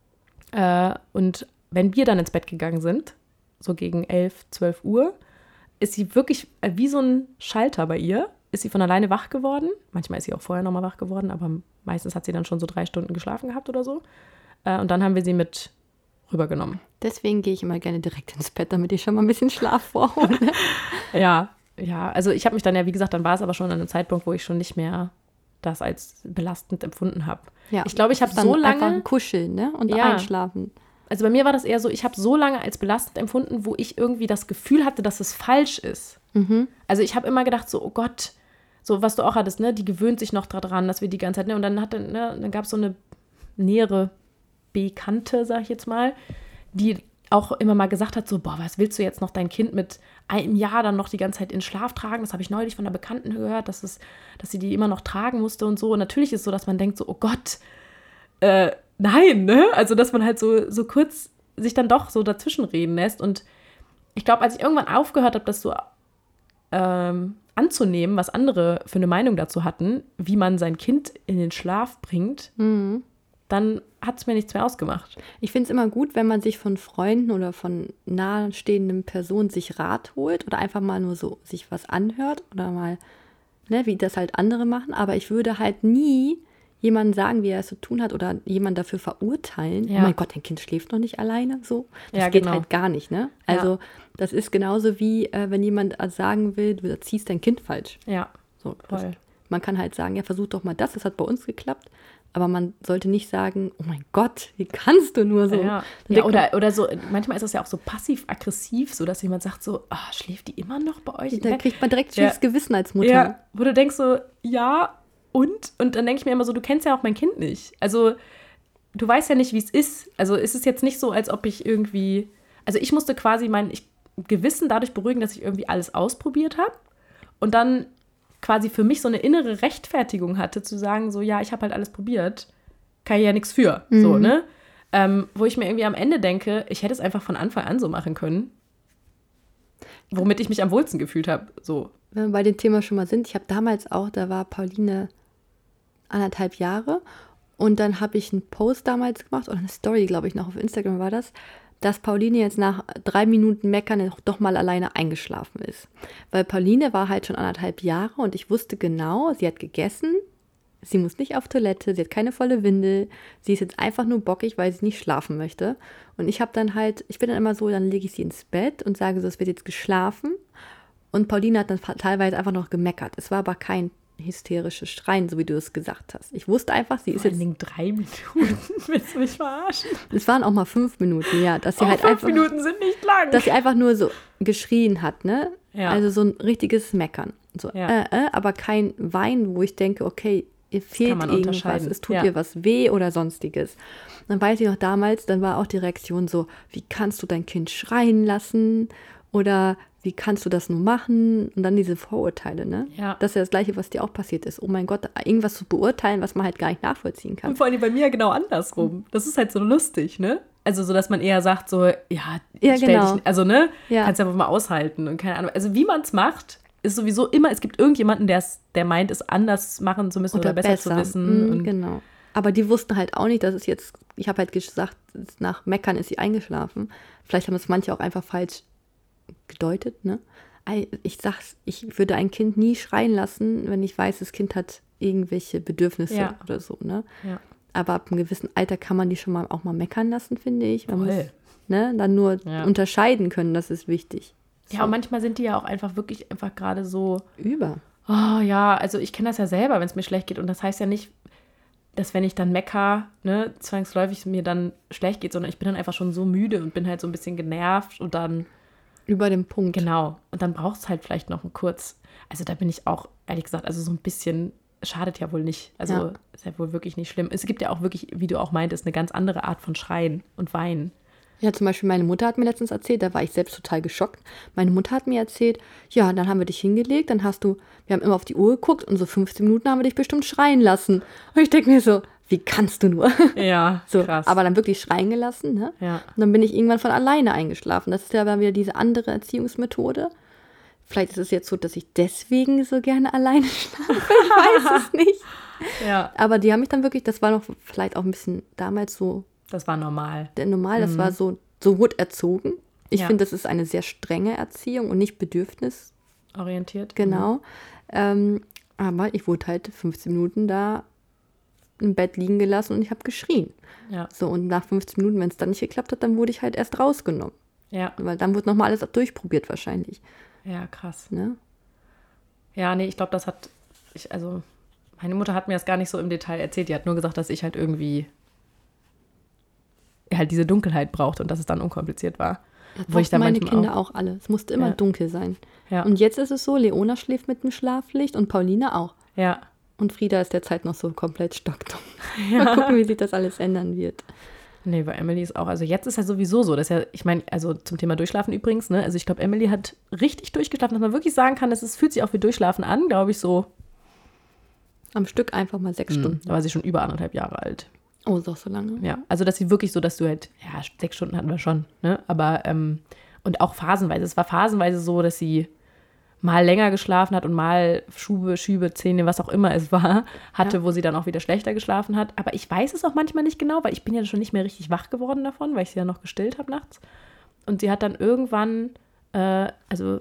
Und wenn wir dann ins Bett gegangen sind, so gegen 11, 12 Uhr, ist sie wirklich wie so ein Schalter bei ihr, ist sie von alleine wach geworden. Manchmal ist sie auch vorher nochmal wach geworden, aber meistens hat sie dann schon so 3 Stunden geschlafen gehabt oder so. Und dann haben wir sie mit rübergenommen. Deswegen gehe ich immer gerne direkt ins Bett, damit ich schon mal ein bisschen Schlaf vorhole. Ja, also ich habe mich dann ja, wie gesagt, dann war es aber schon an einem Zeitpunkt, wo ich schon nicht mehr das als belastend empfunden habe. Ja, ich glaube, ich habe so lange... Einfach kuscheln, ne? Und Ja. einschlafen. Also bei mir war das eher so, ich habe so lange als belastend empfunden, wo ich irgendwie das Gefühl hatte, dass es falsch ist. Mhm. Also ich habe immer gedacht so, oh Gott, so was du auch hattest, ne, die gewöhnt sich noch daran, dass wir die ganze Zeit, ne, und dann gab es so eine nähere Bekannte, sag ich jetzt mal, die auch immer mal gesagt hat so, boah, was willst du jetzt noch dein Kind mit einem Jahr dann noch die ganze Zeit in Schlaf tragen? Das habe ich neulich von einer Bekannten gehört, dass sie die immer noch tragen musste und so. Und natürlich ist es so, dass man denkt so, oh Gott, nein, ne? Also, dass man halt so kurz sich dann doch so dazwischenreden lässt. Und ich glaube, als ich irgendwann aufgehört habe, das so anzunehmen, was andere für eine Meinung dazu hatten, wie man sein Kind in den Schlaf bringt, dann hat es mir nichts mehr ausgemacht. Ich finde es immer gut, wenn man sich von Freunden oder von nahestehenden Personen sich Rat holt oder einfach mal nur so sich was anhört oder mal, ne, wie das halt andere machen. Aber ich würde halt nie jemandem sagen, wie er es zu tun hat oder jemanden dafür verurteilen. Ja. Oh mein Gott, dein Kind schläft noch nicht alleine. So. Das Ja, geht genau. halt gar nicht, ne? Also das ist genauso wie, wenn jemand sagen will, du erziehst dein Kind falsch. Ja, So, voll. man kann halt sagen, ja, versuch doch mal das hat bei uns geklappt. Aber man sollte nicht sagen, oh mein Gott, wie kannst du nur so? Ja. Dann Ja, denkt oder so, manchmal ist das ja auch so passiv-aggressiv, so dass jemand sagt so, schläft die immer noch bei euch? Da kriegt man direkt Ja. schlechtes Gewissen als Mutter. Ja, wo du denkst so, ja, und? Und dann denke ich mir immer so, du kennst ja auch mein Kind nicht. Also, du weißt ja nicht, wie es ist. Also, ist es jetzt nicht so, als ob ich irgendwie, also ich musste quasi mein Gewissen dadurch beruhigen, dass ich irgendwie alles ausprobiert habe und dann quasi für mich so eine innere Rechtfertigung hatte, zu sagen so, ja, ich habe halt alles probiert, kann ich ja nichts für, so, ne? Wo ich mir irgendwie am Ende denke, ich hätte es einfach von Anfang an so machen können, womit ich mich am wohlsten gefühlt habe, so. Wenn wir bei dem Thema schon mal sind, ich habe damals auch, da war Pauline 1,5 Jahre und dann habe ich einen Post damals gemacht oder eine Story, glaube ich, noch auf Instagram war das, dass Pauline jetzt nach 3 Minuten Meckern doch mal alleine eingeschlafen ist. Weil Pauline war halt schon 1,5 Jahre und ich wusste genau, sie hat gegessen, sie muss nicht auf Toilette, sie hat keine volle Windel, sie ist jetzt einfach nur bockig, weil sie nicht schlafen möchte. Und ich bin dann immer so, dann lege ich sie ins Bett und sage so, es wird jetzt geschlafen. Und Pauline hat dann teilweise einfach noch gemeckert. Es war aber kein hysterisches Schreien, so wie du es gesagt hast. Ich wusste einfach, sie ist Vor allen jetzt... Dingen 3 Minuten. Willst du mich verarschen? Es waren auch mal 5 Minuten, ja. Dass sie Oh, halt 5 einfach, Minuten sind nicht lang. dass sie einfach nur so geschrien hat, ne? Ja. Also so ein richtiges Meckern. So, Ja. aber kein Weinen, wo ich denke, okay, ihr fehlt man irgendwas, unterscheiden. es tut Ja. ihr was weh oder sonstiges. Dann weiß ich noch damals, dann war auch die Reaktion so, wie kannst du dein Kind schreien lassen? Oder wie kannst du das nur machen? Und dann diese Vorurteile, ne? Ja. Das ist ja das Gleiche, was dir auch passiert ist. Oh mein Gott, irgendwas zu beurteilen, was man halt gar nicht nachvollziehen kann. Und vor allem bei mir genau andersrum. Das ist halt so lustig, ne? Also so, dass man eher sagt so, ja, Ja, stell genau. dich, also ne, Ja. kannst ja einfach mal aushalten und keine Ahnung. Also wie man es macht, ist sowieso immer, es gibt irgendjemanden, der meint, es anders machen zu müssen oder besser zu wissen. Und Genau. Aber die wussten halt auch nicht, dass es jetzt, ich habe halt gesagt, nach Meckern ist sie eingeschlafen. Vielleicht haben es manche auch einfach falsch gedeutet, ne? Ich sag's, ich würde ein Kind nie schreien lassen, wenn ich weiß, das Kind hat irgendwelche Bedürfnisse Ja. oder so, ne? Ja. Aber ab einem gewissen Alter kann man die schon mal auch mal meckern lassen, finde ich. Man Voll. muss, ne, dann nur Ja. unterscheiden können, das ist wichtig. Ja, und manchmal sind die ja auch einfach wirklich einfach gerade so, Über. oh ja, also ich kenne das ja selber, wenn es mir schlecht geht. Und das heißt ja nicht, dass wenn ich dann mecker, ne, zwangsläufig mir dann schlecht geht, sondern ich bin dann einfach schon so müde und bin halt so ein bisschen genervt und dann, Über den Punkt. genau, und dann braucht es halt vielleicht noch einen kurz, also da bin ich auch, ehrlich gesagt, also so ein bisschen, schadet ja wohl nicht, also Ja. ist ja wohl wirklich nicht schlimm. Es gibt ja auch wirklich, wie du auch meintest, eine ganz andere Art von Schreien und Weinen. Ja, zum Beispiel meine Mutter hat mir letztens erzählt, da war ich selbst total geschockt. Meine Mutter hat mir erzählt, ja, dann haben wir dich hingelegt, dann wir haben immer auf die Uhr geguckt und so 15 Minuten haben wir dich bestimmt schreien lassen. Und ich denke mir so, wie kannst du nur? Ja, So, krass. aber dann wirklich schreien gelassen, ne? Ja. Und dann bin ich irgendwann von alleine eingeschlafen. Das ist ja dann wieder diese andere Erziehungsmethode. Vielleicht ist es jetzt so, dass ich deswegen so gerne alleine schlafe. Ich weiß es nicht. Ja, Aber die haben mich dann wirklich, das war noch vielleicht auch ein bisschen damals so das war normal. normal, das war so wurde erzogen. Ich Ja. finde, das ist eine sehr strenge Erziehung und nicht Bedürfnis, Orientiert. genau. Aber ich wurde halt 15 Minuten da im Bett liegen gelassen und ich habe geschrien. Ja. So, und nach 15 Minuten, wenn es dann nicht geklappt hat, dann wurde ich halt erst rausgenommen. Ja. Weil dann wurde nochmal alles durchprobiert wahrscheinlich. Ja, krass. Ne? Ja, nee, ich glaube, also meine Mutter hat mir das gar nicht so im Detail erzählt. Die hat nur gesagt, dass ich halt irgendwie halt diese Dunkelheit brauchte und dass es dann unkompliziert war. Das Wo ich dann meine manchmal Kinder auch alle. Es musste immer Ja. dunkel sein. Ja. Und jetzt ist es so, Leona schläft mit dem Schlaflicht und Paulina auch. Ja. Und Frieda ist derzeit noch so komplett stockdumm. Mal gucken, wie sich das alles ändern wird. Nee, bei Emily ist auch, also jetzt ist ja sowieso so, dass ja, ich meine, also zum Thema Durchschlafen übrigens, ne, also ich glaube, Emily hat richtig durchgeschlafen, dass man wirklich sagen kann, fühlt sich auch wie Durchschlafen an, glaube ich, so. Am Stück einfach mal 6 Stunden. Da war sie schon über 1,5 Jahre alt. Oh, ist auch so lange. Ja, also dass sie wirklich so, dass du halt, ja, 6 Stunden hatten wir schon, ne, aber, und auch phasenweise, es war phasenweise so, dass sie mal länger geschlafen hat und mal Schübe, Zähne, was auch immer es war, hatte, wo sie dann auch wieder schlechter geschlafen hat. Aber ich weiß es auch manchmal nicht genau, weil ich bin ja schon nicht mehr richtig wach geworden davon, weil ich sie ja noch gestillt habe nachts. Und sie hat dann irgendwann, also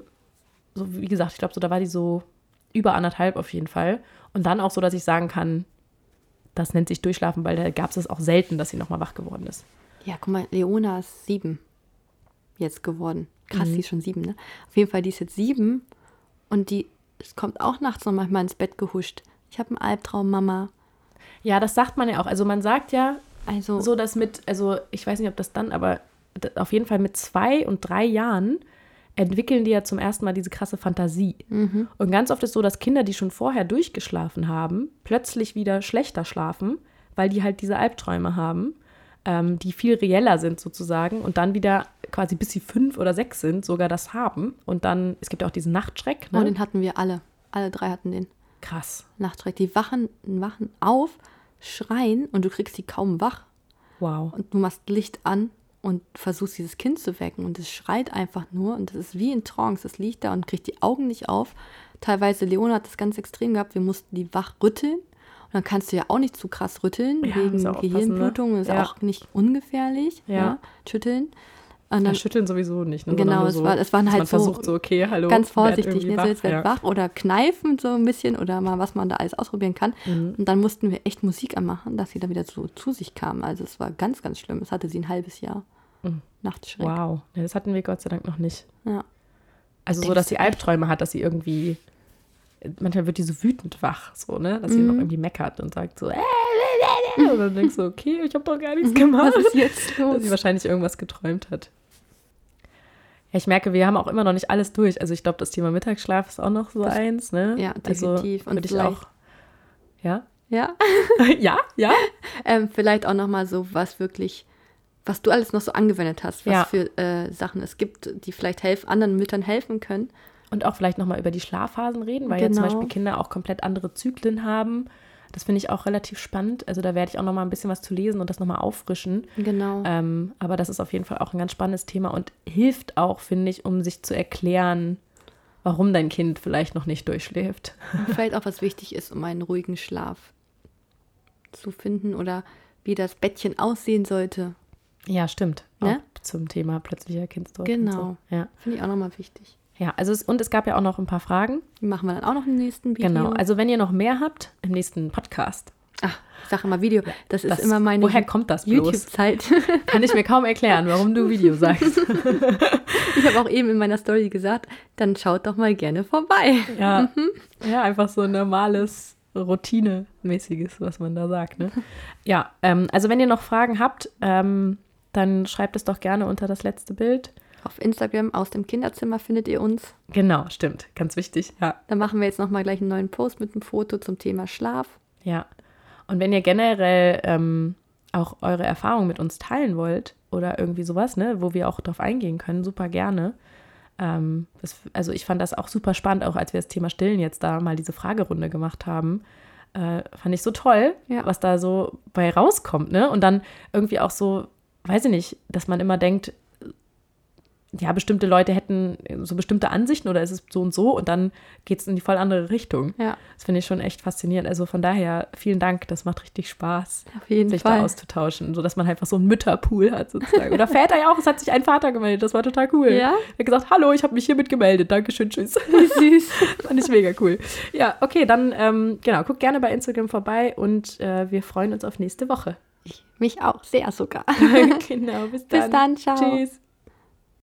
so wie gesagt, ich glaube, so da war die so über 1,5 auf jeden Fall. Und dann auch so, dass ich sagen kann, das nennt sich Durchschlafen, weil da gab es auch selten, dass sie nochmal wach geworden ist. Ja, guck mal, Leona ist 7 jetzt geworden. Krass, die ist schon 7, ne? Auf jeden Fall, die ist jetzt 7 und es kommt auch nachts noch manchmal ins Bett gehuscht. Ich habe einen Albtraum, Mama. Ja, das sagt man ja auch. Also man sagt ja, Also so dass also ich weiß nicht, ob das dann, aber auf jeden Fall mit 2 und 3 Jahren entwickeln die ja zum ersten Mal diese krasse Fantasie. Und ganz oft ist so, dass Kinder, die schon vorher durchgeschlafen haben, plötzlich wieder schlechter schlafen, weil die halt diese Albträume haben, die viel reeller sind sozusagen und dann wieder quasi bis sie 5 oder 6 sind, sogar das haben. Und dann, es gibt ja auch diesen Nachtschreck. Ne? Oh, den hatten wir alle. Alle 3 hatten den Krass. Nachtschreck. Die wachen auf, schreien und du kriegst sie kaum wach. Wow. Und du machst Licht an und versuchst dieses Kind zu wecken und es schreit einfach nur und das ist wie in Trance. Es liegt da und kriegt die Augen nicht auf. Teilweise, Leona hat das ganz extrem gehabt, wir mussten die wach rütteln. Und dann kannst du ja auch nicht zu krass rütteln, Ja, wegen musst auch aufpassen, Gehirnblutung. ne? Ist Ja. auch nicht ungefährlich, Ja. schütteln. Und Ja, dann, schütteln sowieso nicht. Ne? genau, Sondern es waren dass halt man versucht so, okay, hallo. ganz werd vorsichtig, irgendwie ne? So, jetzt werd wach oder kneifen so ein bisschen oder mal, was man da alles ausprobieren kann. Und dann mussten wir echt Musik anmachen, dass sie da wieder zu sich kam. Also es war ganz, ganz schlimm. Das hatte sie ein halbes Jahr. Nachtschreck. Wow, ja, das hatten wir Gott sei Dank noch nicht. Ja. Also so, Denkst dass du sie echt? Albträume hat, dass sie irgendwie, manchmal wird die so wütend wach, so, ne? Dass sie noch irgendwie meckert und sagt so, und dann denkst du, okay, ich habe doch gar nichts gemacht. Was ist jetzt Dass los? sie wahrscheinlich irgendwas geträumt hat. Ja, ich merke, wir haben auch immer noch nicht alles durch. Also ich glaube, das Thema Mittagsschlaf ist auch noch so eins, ne? Ja, definitiv. Also, Und würde ich vielleicht- auch, ja? Ja. Ja, ja? Vielleicht auch nochmal so, was du alles noch so angewendet hast, was Ja. für Sachen es gibt, die vielleicht anderen Müttern helfen können. Und auch vielleicht nochmal über die Schlafphasen reden, weil ja zum Genau. Beispiel Kinder auch komplett andere Zyklen haben. Das finde ich auch relativ spannend. Also da werde ich auch nochmal ein bisschen was zu lesen und das nochmal auffrischen. Genau. Aber das ist auf jeden Fall auch ein ganz spannendes Thema und hilft auch, finde ich, um sich zu erklären, warum dein Kind vielleicht noch nicht durchschläft. Und vielleicht auch, was wichtig ist, um einen ruhigen Schlaf zu finden oder wie das Bettchen aussehen sollte. Ja, stimmt. Ne? Auch zum Thema plötzlicher Kindstod. Genau. Und so. Ja, Finde ich auch nochmal wichtig. ja, also es gab ja auch noch ein paar Fragen. Die machen wir dann auch noch im nächsten Video. Genau, also wenn ihr noch mehr habt, im nächsten Podcast. Ach, ich sage immer Video. Das ist Das- immer meine woher kommt das bloß? YouTube-Zeit. Kann ich mir kaum erklären, warum du Video sagst. Ich habe auch eben in meiner Story gesagt, dann schaut doch mal gerne vorbei. Ja, ja, einfach so ein normales, routinemäßiges, was man da sagt. Ne? Ja, also wenn ihr noch Fragen habt, dann schreibt es doch gerne unter das letzte Bild. Auf Instagram aus dem Kinderzimmer findet ihr uns. Genau, stimmt, ganz wichtig. Ja, Da machen wir jetzt nochmal gleich einen neuen Post mit einem Foto zum Thema Schlaf. ja. Und wenn ihr generell auch eure Erfahrungen mit uns teilen wollt oder irgendwie sowas, ne, wo wir auch drauf eingehen können, super gerne. Also ich fand das auch super spannend, auch als wir das Thema Stillen jetzt da mal diese Fragerunde gemacht haben. Fand ich so toll, Ja. was da so bei rauskommt, ne? Und dann irgendwie auch so, weiß ich nicht, dass man immer denkt, ja, bestimmte Leute hätten so bestimmte Ansichten oder ist es so und dann geht es in die voll andere Richtung. Ja. Das finde ich schon echt faszinierend. Also von daher, vielen Dank, das macht richtig Spaß, Auf jeden sich Fall. da auszutauschen, sodass man einfach so einen Mütterpool hat sozusagen. Oder Väter ja auch, es hat sich ein Vater gemeldet, das war total cool. Ja? Er hat gesagt, hallo, ich habe mich hiermit gemeldet, Dankeschön, tschüss. Wie süß. Fand ich mega cool. Ja, okay, dann genau, guckt gerne bei Instagram vorbei und wir freuen uns auf nächste Woche. Mich auch, sehr sogar. Genau, bis dann. Bis dann, ciao. Tschüss.